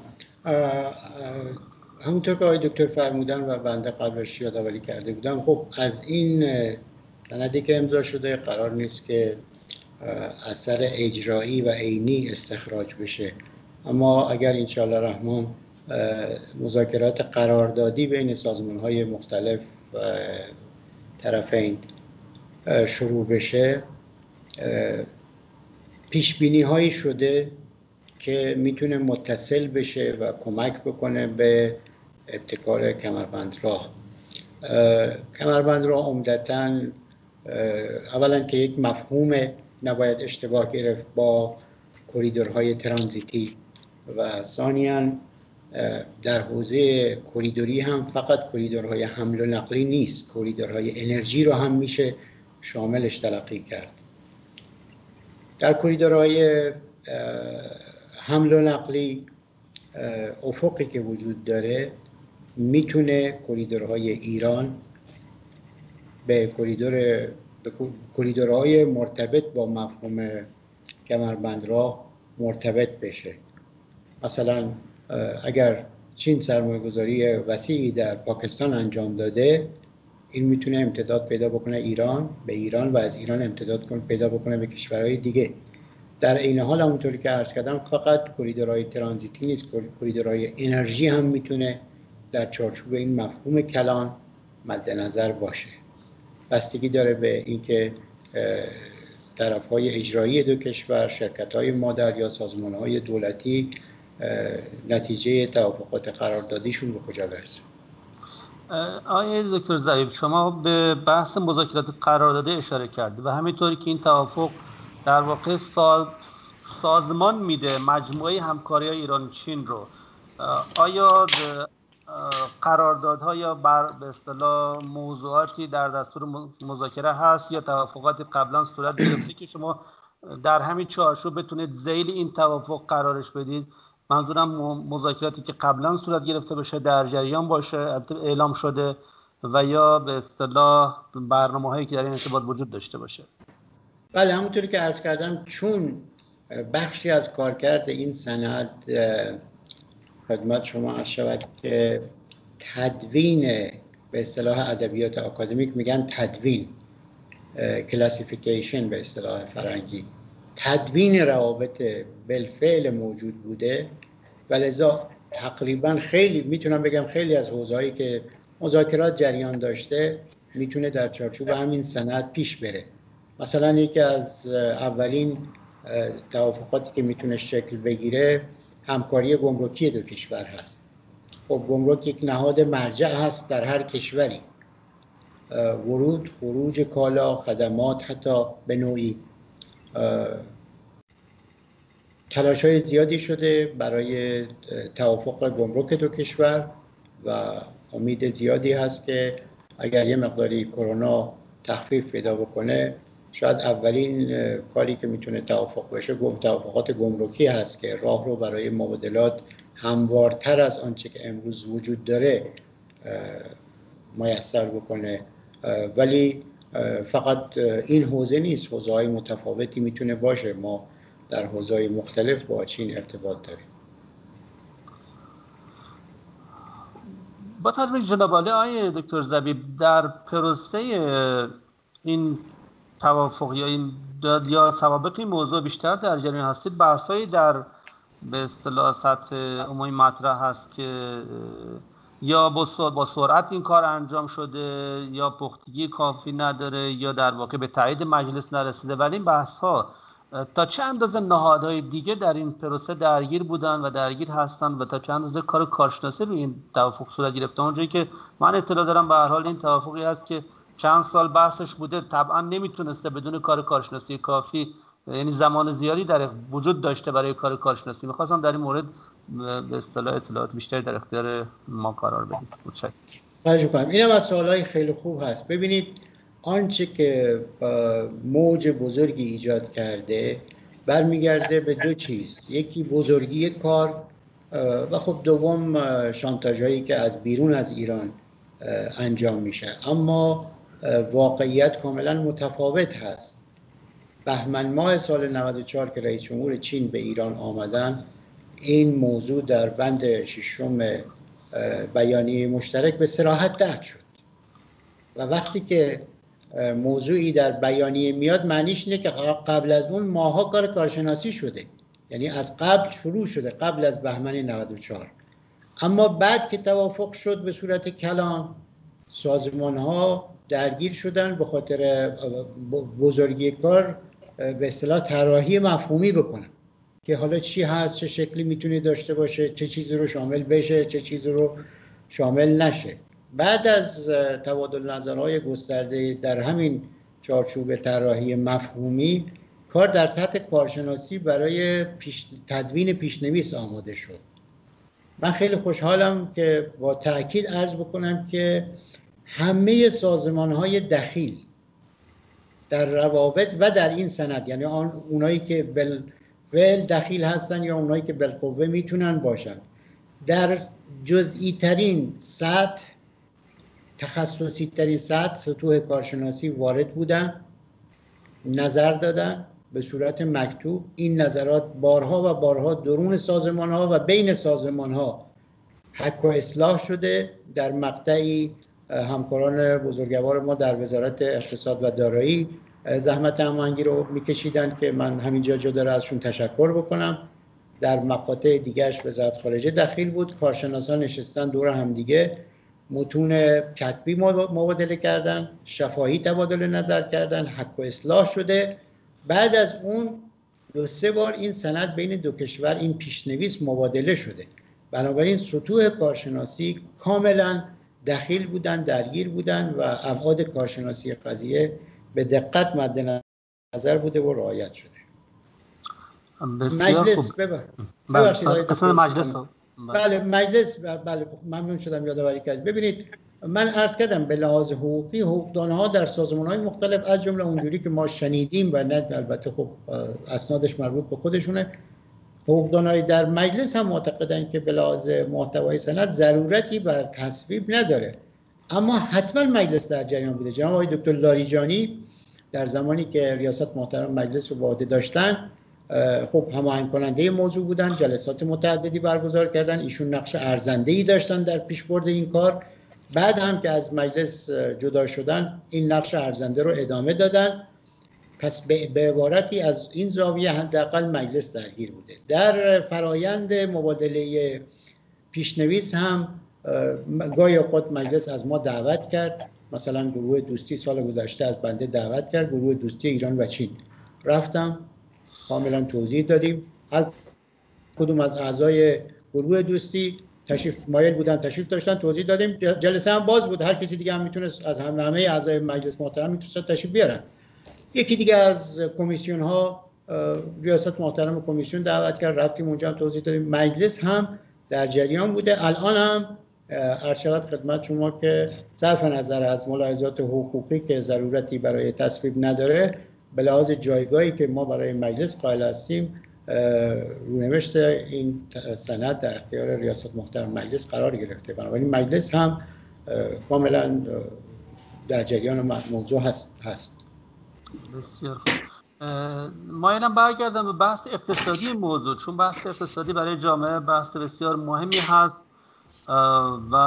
همونطور که آقای دکتر فرمودن و بنده قبلش یادآوری کرده بودم، خب از این سندی که امضا شده قرار نیست که اثر اجرایی و عینی استخراج بشه، اما اگر انشاءالله رحمان مذاکرات قراردادی بین سازمان‌های مختلف طرفین شروع بشه، پیشبینی هایی شده که میتونه متصل بشه و کمک بکنه به ابتکار کمربند راه. کمربند راه عمدتاً اولا که یک مفهوم نباید اشتباه گرفت با کریدورهای ترانزیتی و ثانیاً در حوزه کریدوری هم فقط کریدورهای حمل و نقلی نیست، کریدورهای انرژی رو هم میشه شاملش تلقی کرد. در کریدورهای حمل و نقلی افقی که وجود داره میتونه کریدورهای ایران به کریدورهای مرتبط با مفهوم کمربندراه مرتبط بشه. مثلا اگر چین سرمایه‌گذاری وسیعی در پاکستان انجام داده، این میتونه امتداد پیدا بکنه به ایران و از ایران امتداد پیدا بکنه به کشورهای دیگه. در این حال همونطوری که عرض کردم فقط کریدورهای ترانزیتی نیست، کریدورهای انرژی هم میتونه در چارچوب این مفهوم کلان مد نظر باشه. بستگی داره به اینکه طرف‌های اجرایی دو کشور، شرکت‌های مادر یا سازمان‌های دولتی نتیجه توافقات قراردادیشون به کجا برسه. آقای دکتر ظریف، شما به بحث مذاکرات قراردادی اشاره کردید و همینطوری که این توافق در واقع سازمان میده مجموعه همکاری‌های ایران چین رو، آیا قراردادها یا به اصطلاح موضوعاتی در دستور مذاکره هست یا توافقات قبلا صورت گرفته که شما در همین چارچوب بتونید ذیل این توافق قرارش بدید؟ منظورم مذاکراتی که قبلا صورت گرفته باشه، در جریان باشه، اعلام شده و یا به اصطلاح برنامه‌هایی که در این ارتباط وجود داشته باشه. بله، همونطوری که عرض کردم چون بخشی از کارکرد این سند خدمت شما عرض شود که تدوین، به اصطلاح ادبیات آکادمیک میگن تدوین، کلاسیفیکیشن به اصطلاح فرنگی، تدوین روابط بالفعل موجود بوده و لذا تقریبا خیلی میتونم بگم خیلی از حوزه‌هایی که مذاکرات جریان داشته میتونه در چارچوب همین سند پیش بره. مثلا یکی از اولین توافقاتی که میتونه شکل بگیره همکاری گمرکی دو کشور هست. خب گمرک یک نهاد مرجع هست در هر کشوری، ورود خروج کالا، خدمات، حتی به نوعی تلاش‌های زیادی شده برای توافق گمرک دو کشور و امید زیادی هست که اگر یه مقداری کرونا تخفیف پیدا بکنه شاید اولین کاری که میتونه توافق بشه توافقات گمرکی هست که راه رو برای مبادلات هموارتر از آنچه که امروز وجود داره میسر بکنه. ولی فقط این حوزه نیست، حوزه‌های متفاوتی میتونه باشه. ما در حوزه‌های مختلف با چین ارتباط داریم. با توجه جناب عالی آقای دکتر ظریف، در پروسه این توافق یا این یا سوابق این موضوع بیشتر در جریان هستید، بحثایی در به اصطلاح سطح عمومی مطرح هست که یا با سرعت این کار انجام شده یا پختگی کافی نداره یا در واقع به تایید مجلس نرسیده، ولی این بحث ها تا چه اندازه نهادهای دیگه در این پروسه درگیر بودن و درگیر هستن و تا چه اندازه کار کارشناسی روی این توافق صورت گرفته؟ اونجایی که من اطلاع دارم به هر حال این توافقی هست که چند سال بحثش بوده، طبعا نمیتونسته بدون کار کارشناسی کافی، یعنی زمان زیادی در وجود داشته برای کار کارشناسی. میخواستم در این مورد به اصطلاح اطلاعات بیشتری در اختیار ما قرار بدید. متشکرم. اینم از سوالای خیلی خوب هست. ببینید آنچه که موج بزرگی ایجاد کرده برمیگرده به دو چیز، یکی بزرگی کار و خب دوم شانتاژهایی که از بیرون از ایران انجام میشه. اما واقعیت کاملا متفاوت هست. بهمن ماه سال 94 که رئیس جمهور چین به ایران آمدن، این موضوع در بند ششم بیانیه مشترک به صراحت درج شد و وقتی که موضوعی در بیانیه میاد معنیش اینه که قبل از اون ماها کار کارشناسی شده، یعنی از قبل شروع شده، قبل از بهمن 94. اما بعد که توافق شد به صورت کلان، سازمان ها درگیر شدن به خاطر بزرگی کار به اصطلاح طراحی مفهومی بکنن که حالا چی هست، چه شکلی میتونه داشته باشه، چه چیزی رو شامل بشه، چه چیزی رو شامل نشه. بعد از تبادل نظرهای گسترده در همین چارچوب طراحی مفهومی، کار در سطح کارشناسی برای تدوین پیشنویس آماده شد. من خیلی خوشحالم که با تأکید عرض بکنم که همه سازمان‌های دخیل در روابط و در این سند، یعنی اونایی که بالفعل دخیل هستن یا اونایی که بالقوه میتونن باشن، در جزئی ترین سطح، تخصصی ترین سطح سطوح کارشناسی وارد بودن، نظر دادن به صورت مکتوب. این نظرات بارها و بارها درون سازمان‌ها و بین سازمان‌ها حک و اصلاح شده. در مقطعی همکاران بزرگوار ما در وزارت اقتصاد و دارایی زحمت هماهنگی رو میکشیدن که من همینجا جا داره ازشون تشکر بکنم. در مقاطع دیگرش وزارت خارجه دخیل بود. کارشناسان نشستن دور همدیگه، متون کتبی مبادله کردن، شفاهی تبادل نظر کردن، حک و اصلاح شده. بعد از اون 2-3 بار این سند بین دو کشور، این پیشنویس مبادله شده. بنابراین سطوح کارشناسی کاملا دخیل بودن، درگیر بودن و ابعاد کارشناسی قضیه به دقت مد نظر بوده و رعایت شده. مجلس قسمت مجلس. بله مجلس، بله ممنون شدم یادآوری کردید. ببینید من عرض کردم به لحاظ حقوقی حقوقدانها در سازمان‌های مختلف از جمله اونجوری که ما شنیدیم و نه البته خب اسنادش مربوط به خودشونه، حقوقدانهای در مجلس هم معتقدن که به لحاظ محتوای سند ضرورتی بر تصویب نداره، اما حتما مجلس در جریان بوده. جناب آقای دکتر لاریجانی در زمانی که ریاست محترم مجلس رو به عهده داشتن خب هماهنگ کننده موضوع بودن، جلسات متعددی برگزار کردن، ایشون نقش ارزنده‌ای داشتن در پیشبرد این کار. بعد هم که از مجلس جدا شدن این نقش ارزنده رو ادامه دادن. پس به عبارتی از این زاویه حداقل مجلس درگیر بوده. در فرایند مبادله پیشنویس هم گاهی اوقات مجلس از ما دعوت کرد، مثلا گروه دوستی سال گذشته از بنده دعوت کرد، گروه دوستی ایران و چین. رفتم کاملا توضیح دادیم. هر کدوم از اعضای گروه دوستی تشریف مایل بودن، تشریف داشتن، توضیح دادیم. جلسه هم باز بود، هر کسی دیگه هم میتونست، از همه اعضای مجلس محترم میتونست تشریف بیارن. یکی دیگه از کمیسیون ها ریاست محترم کمیسیون دعوت کرد، رفتیم اونجا هم توضیح دادیم. مجلس هم در جریان بوده. الان هم عرض شود خدمت شما که صرف نظر از ملاحظات حقوقی که ضرورتی برای تصویب نداره، به لحاظ جایگاهی که ما برای مجلس قائل هستیم، رونوشت این سند در اختیار ریاست محترم مجلس قرار گرفته. بنابراین مجلس هم کاملا در جریان موضوع هست. بسیار خوب. مایلم برگردم به بحث اقتصادی موضوع، چون بحث اقتصادی برای جامعه بحث بسیار مهمی هست و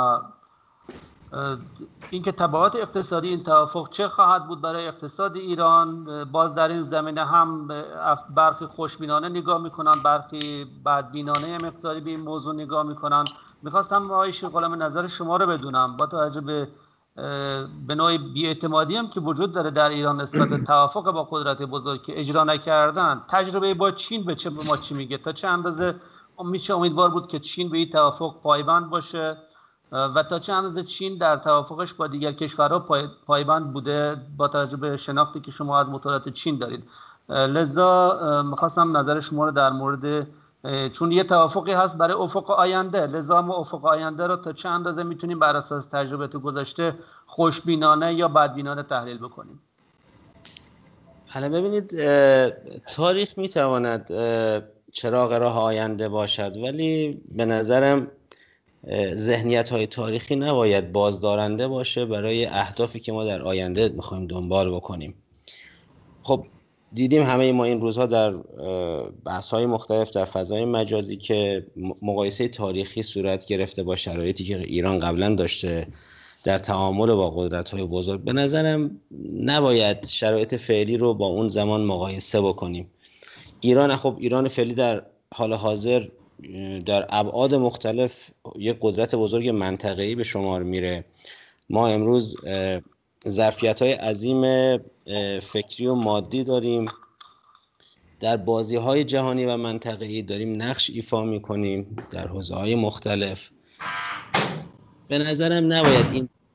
اینکه تبعات اقتصادی این توافق چه خواهد بود برای اقتصاد ایران. باز در این زمینه هم برخی خوشبینانه نگاه میکنن، برخی بدبینانه مقداری به این موضوع نگاه میکنن. میخواستم آقای شیرغلام نظر شما رو بدونم با توجه به نوع بی‌اعتمادی هم که وجود داره در ایران نسبت به توافق با قدرت بزرگ که اجرا نکردن. تجربه با چین به ما چی میگه؟ تا چه اندازه میشه امیدوار بود که چین به این توافق پایبند باشه و تا چه اندازه چین در توافقش با دیگر کشورها پایبند بوده با توجه به شناختی که شما از مطالعات چین دارید؟ لذا میخواستم نظر شما رو در مورد، چون یه توافقی هست برای افق آینده، لذا ما افق آینده رو تا چه اندازه میتونیم بر اساس تجربه تو گذشته خوشبینانه یا بدبینانه تحلیل بکنیم؟ حالا ببینید، تاریخ میتواند چراغ راه آینده باشد، ولی به نظرم ذهنیت‌های تاریخی نباید بازدارنده باشه برای اهدافی که ما در آینده میخوایم دنبال بکنیم. خب دیدیم همه ما این روزها در بحث‌های مختلف در فضای مجازی که مقایسه تاریخی صورت گرفته با شرایطی که ایران قبلا داشته در تعامل با قدرت‌های بزرگ. به نظرم نباید شرایط فعلی رو با اون زمان مقایسه بکنیم. ایران فعلی در حال حاضر در ابعاد مختلف یک قدرت بزرگ منطقه‌ای به شمار میره. ما امروز ظرفیت‌های عظیم فکری و مادی داریم، در بازی‌های جهانی و منطقه‌ای داریم نقش ایفا می‌کنیم در حوزه‌های مختلف. به نظرم نباید این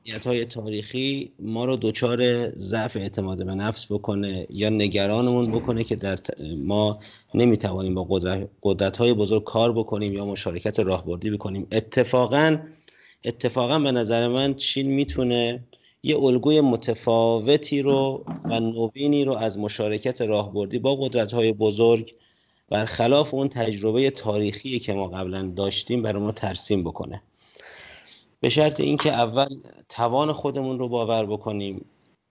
موقعیت‌های تاریخی ما رو دچار ضعف اعتماد به نفس بکنه یا نگرانمون بکنه که ما نمیتوانیم با قدرت‌های بزرگ کار بکنیم یا مشارکت راهبردی بکنیم. اتفاقا به نظر من چین میتونه یه الگوی متفاوتی رو و نوینی رو از مشارکت راهبردی با قدرت‌های بزرگ برخلاف اون تجربه تاریخی که ما قبلا داشتیم برای ما ترسیم بکنه، به شرط اینکه اول توان خودمون رو باور بکنیم،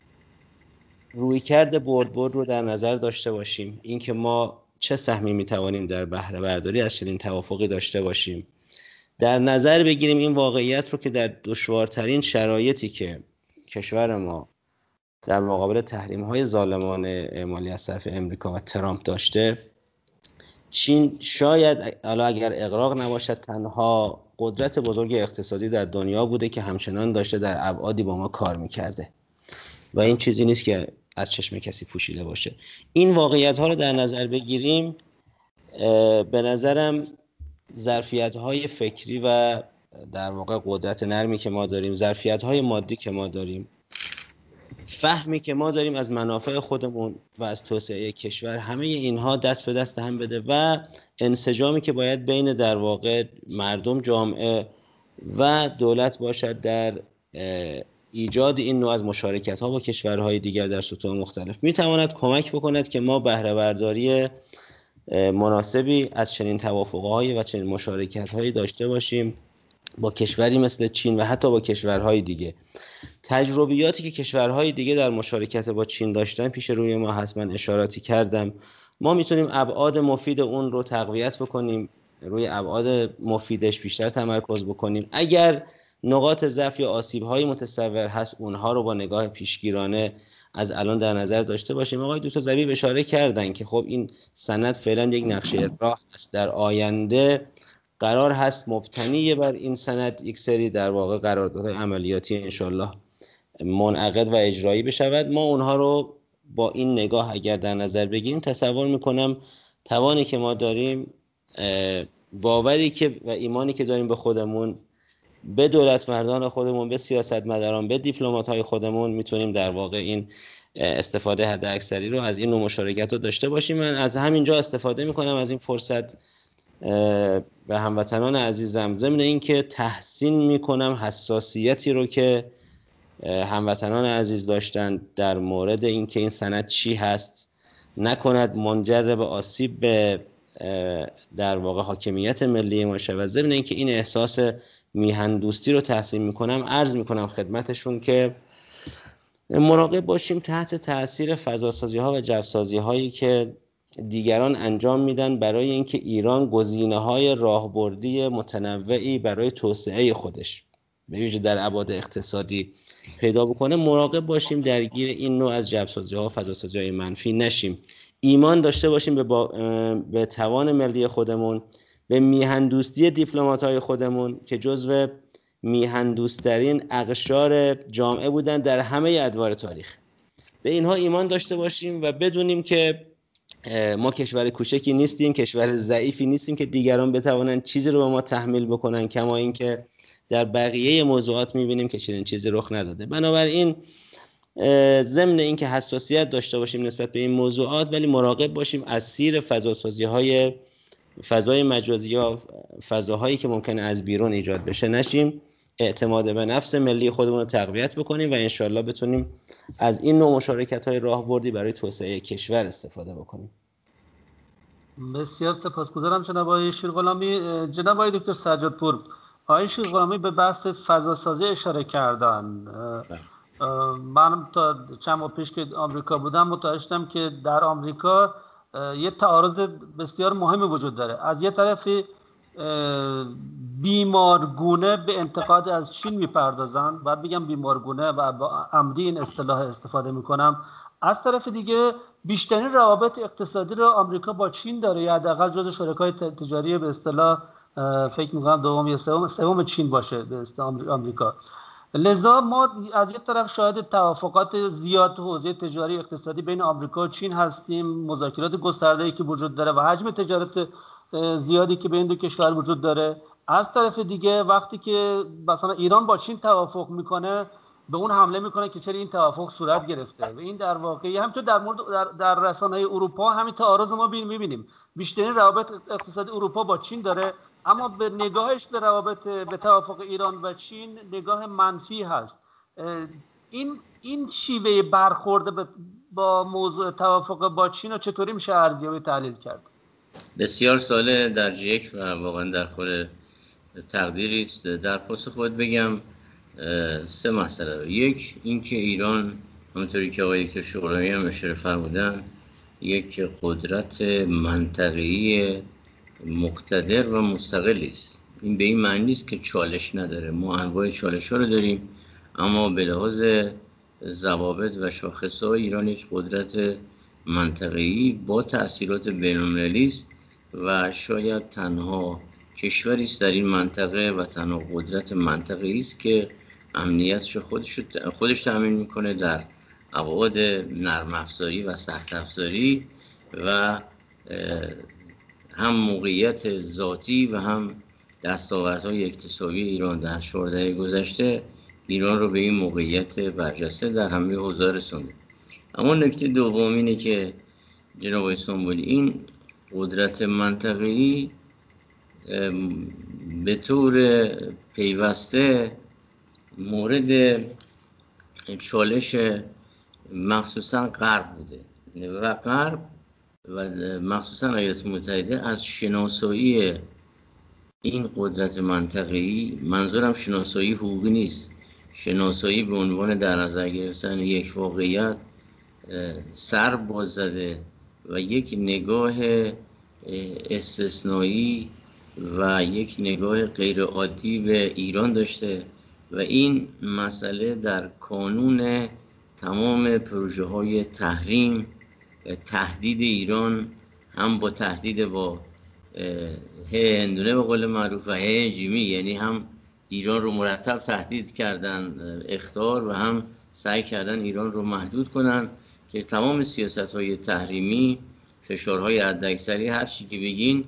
رویکرد برد رو در نظر داشته باشیم، اینکه ما چه سهمی میتوانیم در بهره برداری از چنین توافقی داشته باشیم، در نظر بگیریم این واقعیت رو که در دشوارترین شرایطی که کشور ما در مقابل تحریم‌های ظالمانه اعمالی از طرف امریکا و ترامپ داشته، چین شاید اگر اغراق نباشد تنها قدرت بزرگ اقتصادی در دنیا بوده که همچنان داشته در ابعادی با ما کار میکرده و این چیزی نیست که از چشم کسی پوشیده باشه. این واقعیت ها رو در نظر بگیریم، به نظرم ظرفیت های فکری و در واقع قدرت نرمی که ما داریم، ظرفیت های مادی که ما داریم، فهمی که ما داریم از منافع خودمون و از توسعه کشور، همه اینها دست به دست هم بده و انسجامی که باید بین در واقع مردم، جامعه و دولت باشد در ایجاد این نوع از مشارکت ها با کشورهای دیگر در سطوح مختلف، میتواند کمک بکند که ما بهره برداری مناسبی از چنین توافق‌های و چنین مشارکت‌هایی داشته باشیم با کشوری مثل چین و حتی با کشورهای دیگه. تجربیاتی که کشورهای دیگه در مشارکت با چین داشتن پیش روی ما هست، من اشاراتی کردم. ما میتونیم ابعاد مفید اون رو تقویت بکنیم، روی ابعاد مفیدش بیشتر تمرکز بکنیم. اگر نقاط ضعف یا آسیب‌های متصور هست، اونها رو با نگاه پیشگیرانه از الان در نظر داشته باشیم. آقای دکتر ظبیب اشاره کردن که خب این سند فعلا یک نقشه راه است، در آینده قرار هست مبتنی بر این سند یک سری در واقع قراردادهای عملیاتی انشالله منعقد و اجرایی بشود. ما اونها رو با این نگاه اگر در نظر بگیریم، تصور میکنم توانی که ما داریم، باوری که و ایمانی که داریم به خودمون، به دولت مردان خودمون، به سیاستمداران، به دیپلمات‌های خودمون، میتونیم در واقع این استفاده حد اکثری رو از این نوع مشارکت رو داشته باشیم. من از همینجا استفاده میکنم از این فرصت به هموطنان عزیزم، ضمن اینکه تحسین میکنم حساسیتی رو که هموطنان عزیز داشتن در مورد اینکه این سند چی هست، نکند منجر به آسیب به در واقع حاکمیت ملی ما شود. ضمن اینکه این احساس میهن دوستی رو تحسین میکنم، عرض میکنم خدمتشون که مراقب باشیم تحت تاثیر فضاسازی ها و جوسازی هایی که دیگران انجام میدن برای اینکه ایران گزینه‌های راهبردی متنوعی برای توسعه خودش به ویژه در ابعاد اقتصادی پیدا بکنه. مراقب باشیم درگیر این نوع از جوسازی‌ها و فضاسازی‌های منفی نشیم. ایمان داشته باشیم به توان ملی خودمون، به میهن دوستی دیپلمات‌های خودمون که جزو میهن دوست‌ترین اقشار جامعه بودن در همه ادوار تاریخ. به اینها ایمان داشته باشیم و بدونیم که ما کشور کوچکی نیستیم، کشور ضعیفی نیستیم که دیگران بتوانند چیزی رو به ما تحمیل بکنن، کما اینکه در بقیه موضوعات می‌بینیم که چنین چیزی رخ نداده. بنابراین ضمن اینکه حساسیت داشته باشیم نسبت به این موضوعات، ولی مراقب باشیم اسیر فضاسازی‌های فضای مجازی یا فضاهایی که ممکنه از بیرون ایجاد بشه نشیم. اعتماد به نفس ملی خودمون رو تقویت بکنیم و انشالله بتونیم از این نوع مشارکت‌های راهبردی برای توسعه کشور استفاده بکنیم. بسیار سپاسگزارم جناب آقای شیرغلامی. جناب آقای دکتر سجادپور، آقای شیرغلامی به بحث فضاسازی اشاره کردن. من تا چند ماه پیش که آمریکا بودم متوجه شدم که در آمریکا یه تعارض بسیار مهمی وجود داره. از یه طرفی بیمارگونه به انتقاد از چین میپردازن، بعد بگم بیمارگونه و با عمدی این اصطلاح استفاده میکنم. از طرف دیگه بیشترین روابط اقتصادی رو آمریکا با چین داره، یا حداقل جزو شرکای تجاری به اصطلاح فکر میکنم دوم یا سوم چین باشه به اصطلاح آمریکا. لذا ما از یک طرف شاهد توافقات زیاد تو حوزه تجاری اقتصادی بین آمریکا و چین هستیم، مذاکرات گسترده‌ای که وجود داره و حجم تجارت زیادی که بین دو کشور وجود داره. از طرف دیگه وقتی که مثلا ایران با چین توافق میکنه، به اون حمله میکنه که چرا این توافق صورت گرفته. و این در واقع همینطور در مورد در رسانه‌های اروپا همین تعارض ما میبینیم. بیشترین روابط اقتصادی اروپا با چین داره، اما به نگاهش به روابط به توافق ایران و چین نگاه منفی هست. این شیوه برخورد با موضوع توافق با چین رو چطوری میشه ارزیابی تحلیل کرد؟ بسیار سوال درجه یک و واقعا در خور تقدیری است. در پاسخ خود بگم سه مسئله. یک، اینکه ایران همونطوری که آقای دکتر شغرانی هم اشاره فرمودن یک قدرت منطقه‌ای مقتدر و مستقلی است. این به این معنی نیست که چالش نداره. ما انواع چالش ها رو داریم، اما به لحاظ ضوابط و شاخص‌های ایران یک قدرت منطقه‌ای با تأثیرات بین‌المللی است و شاید تنها کشوری است در این منطقه و تنها قدرت منطقه‌ای است که امنیتش خودش تامین میکنه در ابعاد نرم افزاری و سخت افزاری و هم موقعیت ذاتی و هم دستاوردهای اقتصادی ایران در 14 دهه گذشته ایران رو به این موقعیت برجسته در همه حوزه‌ها رسونده. اما نکته دوم اینه که جناب آقای سنبولی این قدرت منطقه‌ای به طور پیوسته مورد چالش مخصوصا غرب بوده و غرب و مخصوصا ایالات متحده از شناسایی این قدرت منطقه‌ای، منظورم شناسایی حقوقی نیست، شناسایی به عنوان در نظر گرفتن یک واقعیت، سر باز زده و یک نگاه استثنایی و یک نگاه غیر عادی به ایران داشته و این مسئله در کانون تمام پروژه های تحریم، تهدید ایران هم با تهدید با هندونه به قول معروف و جیمی، یعنی هم ایران رو مرتب تهدید کردن اخطار و هم سعی کردن ایران رو محدود کنن که تمام سیاست های تحریمی، فشارهای حداکثری، هر چی که بگین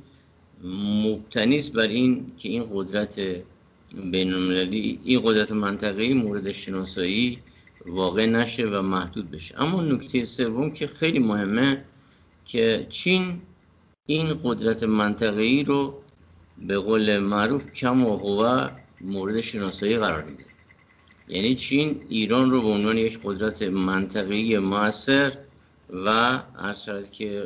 مبتنی است بر این که این قدرت بین‌المللی، این قدرت منطقه‌ای مورد شناسایی واقع نشه و محدود بشه. اما نکته سوم که خیلی مهمه که چین این قدرت منطقه‌ای رو به قول معروف کم و هو مورد شناسایی قرار میده. یعنی چین ایران رو به عنوان یک قدرت منطقه‌ای مؤثر و عرض شود که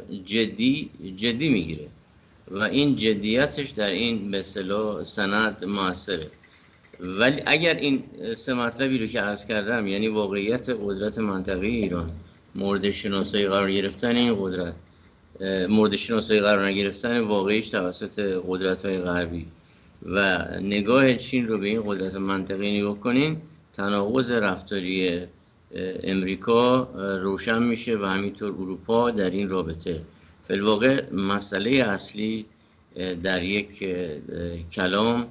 جدی میگیره و این جدیتش در این به اصطلاح سند مؤثره. ولی اگر این سه مطلبی رو که عرض کردم، یعنی واقعیت قدرت منطقه‌ای ایران، مورد شناسایی قرار گرفتن این قدرت، مورد شناسایی قرار نگرفتن واقعیش توسط قدرت‌های غربی و نگاه چین رو به این قدرت منطقه‌ای نگاه کنین، تناقض رفتاری امریکا روشن میشه و همینطور اروپا در این رابطه. فی الواقع مسئله اصلی در یک کلام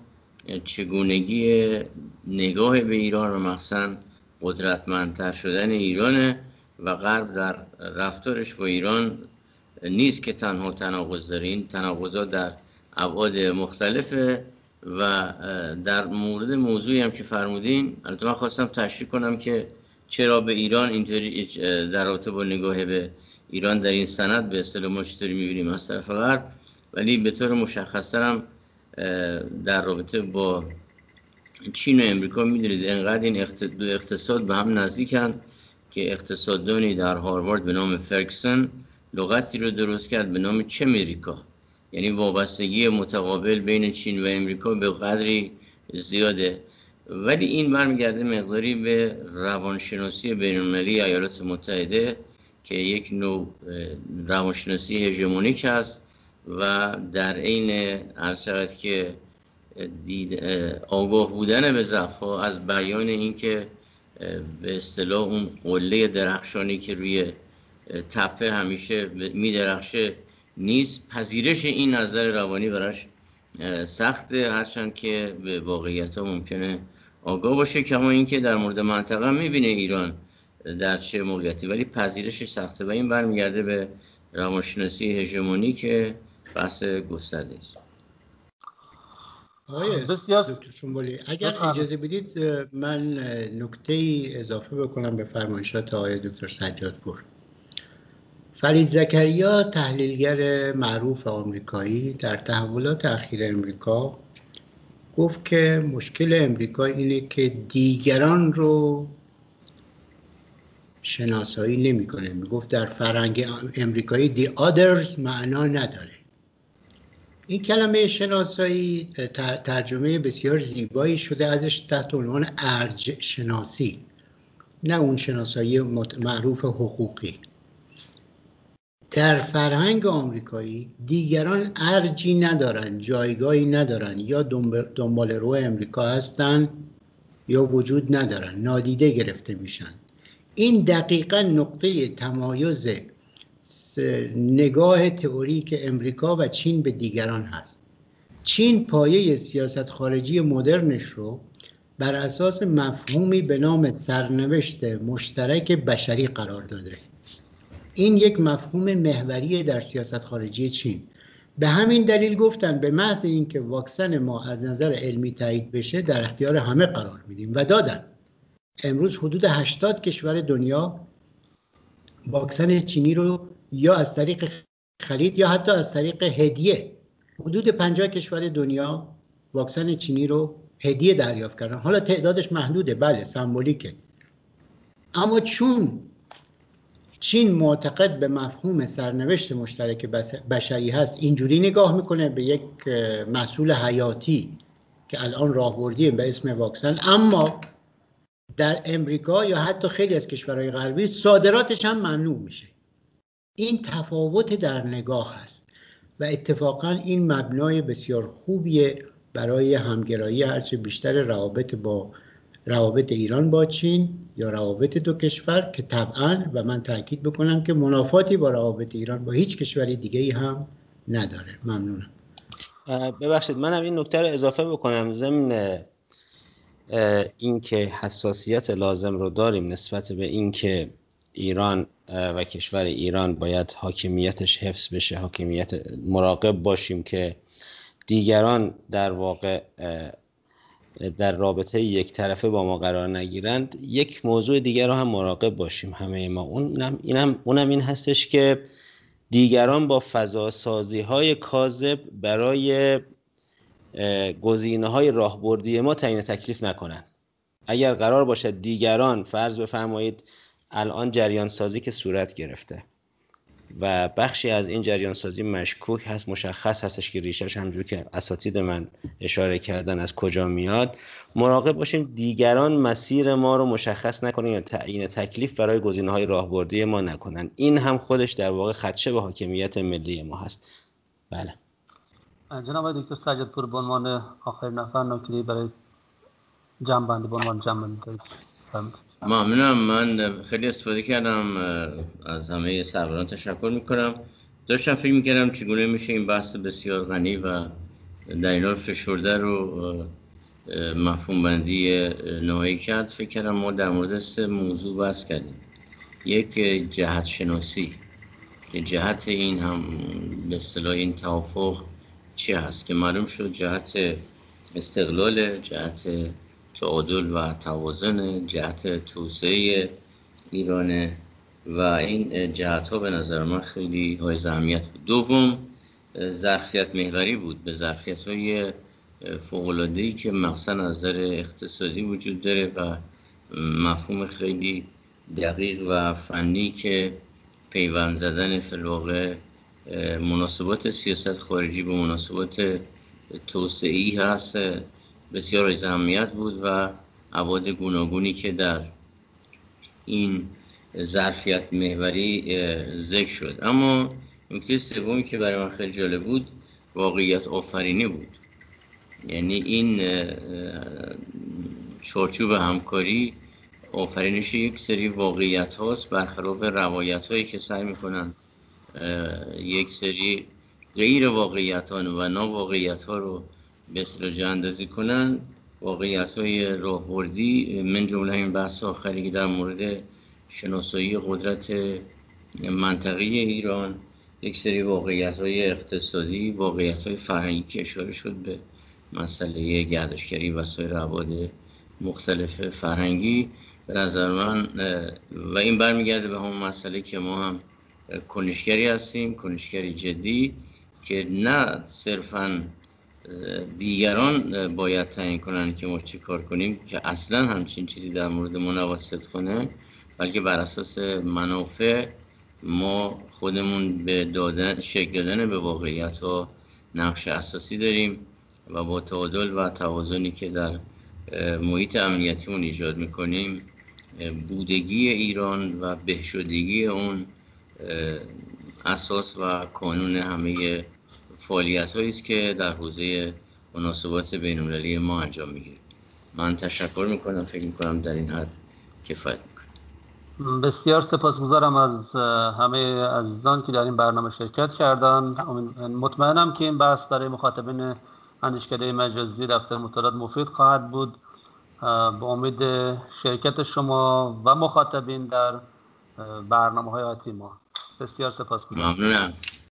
چگونگی نگاه به ایران و مخصوصاً قدرتمندتر شدن ایرانه و غرب در رفتارش با ایران نیست که تنها تناقض داره. این تناقضات در ابعاد مختلفه و در مورد موضوعی هم که فرمودین، البته من خواستم تشریح کنم که چرا به ایران اینطوری در رابطه با نگاه به ایران در این سند به اصطلاح ما چطوری می‌بینیم از طرف غرب، ولی به طور مشخص‌تر هم در رابطه با چین و امریکا می‌دونید انقدر این دو اقتصاد به هم نزدیکن که اقتصاددانی در هاروارد به نام فرگسون لغتی رو درست کرد به نام چمریکا، یعنی وابستگی متقابل بین چین و امریکا به قدری زیاده. ولی این برمیگرده مقداری به روانشناسی بین‌المللی ایالات متحده که یک نوع روانشناسی هژمونیک است و در عین عرض شود که آگاه بودن به ضعف‌ها از بیان این که به اصطلاح اون قله درخشانی که روی تپه همیشه می‌درخشه نیست، پذیرش این نظر روانی براش سخته، هرچند که به واقعیت‌ها ممکنه آگاه باشه، کما اینکه در مورد منطقه می‌بینه ایران در چه موقعیتی، ولی پذیرشش سخته و این برمیگرده به روانشناسی هژمونی که بحث گسترده است. بسیار دکتر سنبولی، اگر اجازه بدید من نکته‌ای اضافه بکنم به فرمایشات آقای دکتر سجادپور. فرید زکریا، تحلیلگر معروف آمریکایی، در تحولات اخیر امریکا گفت که مشکل امریکا اینه که دیگران رو شناسایی نمی‌کنه. میگفت در فرهنگ امریکایی the others معنا نداره. این کلمه شناسایی ترجمه بسیار زیبایی شده ازش تحت عنوان ارج شناسی، نه اون شناسایی معروف حقوقی. در فرهنگ آمریکایی دیگران ارجی ندارن، جایگاهی ندارن، یا دنبال رو امریکا هستن یا وجود ندارن، نادیده گرفته میشن. این دقیقاً نقطه تمایز نگاه تئوریک امریکا و چین به دیگران هست. چین پایه سیاست خارجی مدرنش رو بر اساس مفهومی به نام سرنوشت مشترک بشری قرار داده. این یک مفهوم محوری در سیاست خارجی چین. به همین دلیل گفتن به محض اینکه واکسن ما از نظر علمی تایید بشه در اختیار همه قرار میدیم و دادن. امروز حدود 80 کشور دنیا واکسن چینی رو یا از طریق خرید یا حتی از طریق هدیه، حدود 50 کشور دنیا واکسن چینی رو هدیه دریافت کردن. حالا تعدادش محدوده، بله سمبولیکه، اما چون چین معتقد به مفهوم سرنوشت مشترک بشری هست، اینجوری نگاه میکنه به یک محصول حیاتی که الان راهبردیه به اسم واکسن، اما در امریکا یا حتی خیلی از کشورهای غربی صادراتش هم ممنوع میشه. این تفاوت در نگاه هست و اتفاقا این مبنای بسیار خوبیه برای همگرایی هرچه بیشتر روابط ایران با چین یا روابط دو کشور، که طبعا و من تاکید بکنم که منافاتی با روابط ایران با هیچ کشوری دیگه‌ای هم نداره. ممنونم. ببخشید منم این نکته رو اضافه بکنم. ضمن این که حساسیت لازم رو داریم نسبت به این که ایران و کشور ایران باید حاکمیتش حفظ بشه، حاکمیت مراقب باشیم که دیگران در واقع در رابطه یک طرفه با ما قرار نگیرند، یک موضوع دیگر رو هم مراقب باشیم همه ما. اونم این هستش که دیگران با فضاسازی‌های کاذب برای گزینه‌های راهبردی ما تعیین تکلیف نکنن. اگر قرار باشد دیگران، فرض بفرمایید الان جریان سازی که صورت گرفته و بخشی از این جریان سازی مشکوک هست، مشخص هستش که ریشش همونجور که اساتید من اشاره کردن از کجا میاد، مراقب باشیم دیگران مسیر ما رو مشخص نکنن یا تعیین تکلیف برای گزینه‌های راهبردی ما نکنن. این هم خودش در واقع خدشه به حاکمیت ملی ما هست. بله. جناب دکتر سجادپور به عنوان آخرین نفر نکته‌ای برای جمع‌بندی به عنوان جمع‌بندی ممنونم. من خیلی استفاده کردم، از همه سروران تشکر میکنم. داشتم فکر میکردم چگونه میشه این بحث بسیار غنی و در این حال فشرده رو مفهوم بندی نهایی کرد. فکر کردم ما در مورد 3 موضوع بحث کردیم. یک، جهت شناسی، که جهت این هم به اصطلاح این توافق چی هست، که معلوم شد جهت استقلال، جهت تعادل و توازن، جهت توسعه ایرانه و این جهت ها به نظر من خیلی های اهمیت بود. دوم، ظرفیت محوری بود، به ظرفیت های فوق‌العاده‌ای که مقصد نظر اقتصادی وجود داره و مفهوم خیلی دقیق و فنی که پیوند زدن فی الواقع مناسبات سیاست خارجی به مناسبات توسعه‌ای هست، بسیار از اهمیت بود و ابعاد گوناگونی که در این ظرفیت محوری ذکر شد. اما نکته سومی که برای من خیلی جالب بود، واقعیت آفرینی بود. یعنی این چارچوب همکاری آفرینش یک سری واقعیت هاست برخلاف روایت هایی که سعی میکنن یک سری غیر واقعیت ها و ناواقعیت ها رو به اصطلاح جااندازی کنن. واقعیت های راهبردی من جمله این بحث آخری که در مورد شناسایی قدرت منطقی ایران، یک سری واقعیت های اقتصادی، واقعیت های فرهنگی که اشاره شد به مسئله گردشگری و سایر ابعاد مختلف فرهنگی به نظر من و این برمیگرده به همون مسئله که ما هم کنشگری هستیم، کنشگری جدی که نه صرفاً دیگران باید تعیین کنن که ما چی کار کنیم که اصلا همچین چیزی در مورد ما نواسط کنه، بلکه بر اساس منافع ما خودمون به شکل دادن به واقعیت ها نقش اساسی داریم و با تعادل و توازنی که در محیط امنیتیمون ایجاد میکنیم بودگی ایران و بهشدگی اون اساس و کانون همه فعالیت‌هایی است که در حوزه مناسبات بین‌المللی ما انجام می‌گیریم. من تشکر می‌کنم، فکر می‌کنم در این حد کفایت می‌کنه. بسیار سپاسگزارم از همه عزیزان که در این برنامه شرکت کردند. مطمئنم که این بحث برای مخاطبین اندیشکده مجازی دفتر مطالعات مفید خواهد بود. با امید شرکت شما و مخاطبین در برنامه‌های آتی ما. بسیار سپاسگزارم. ممنونم.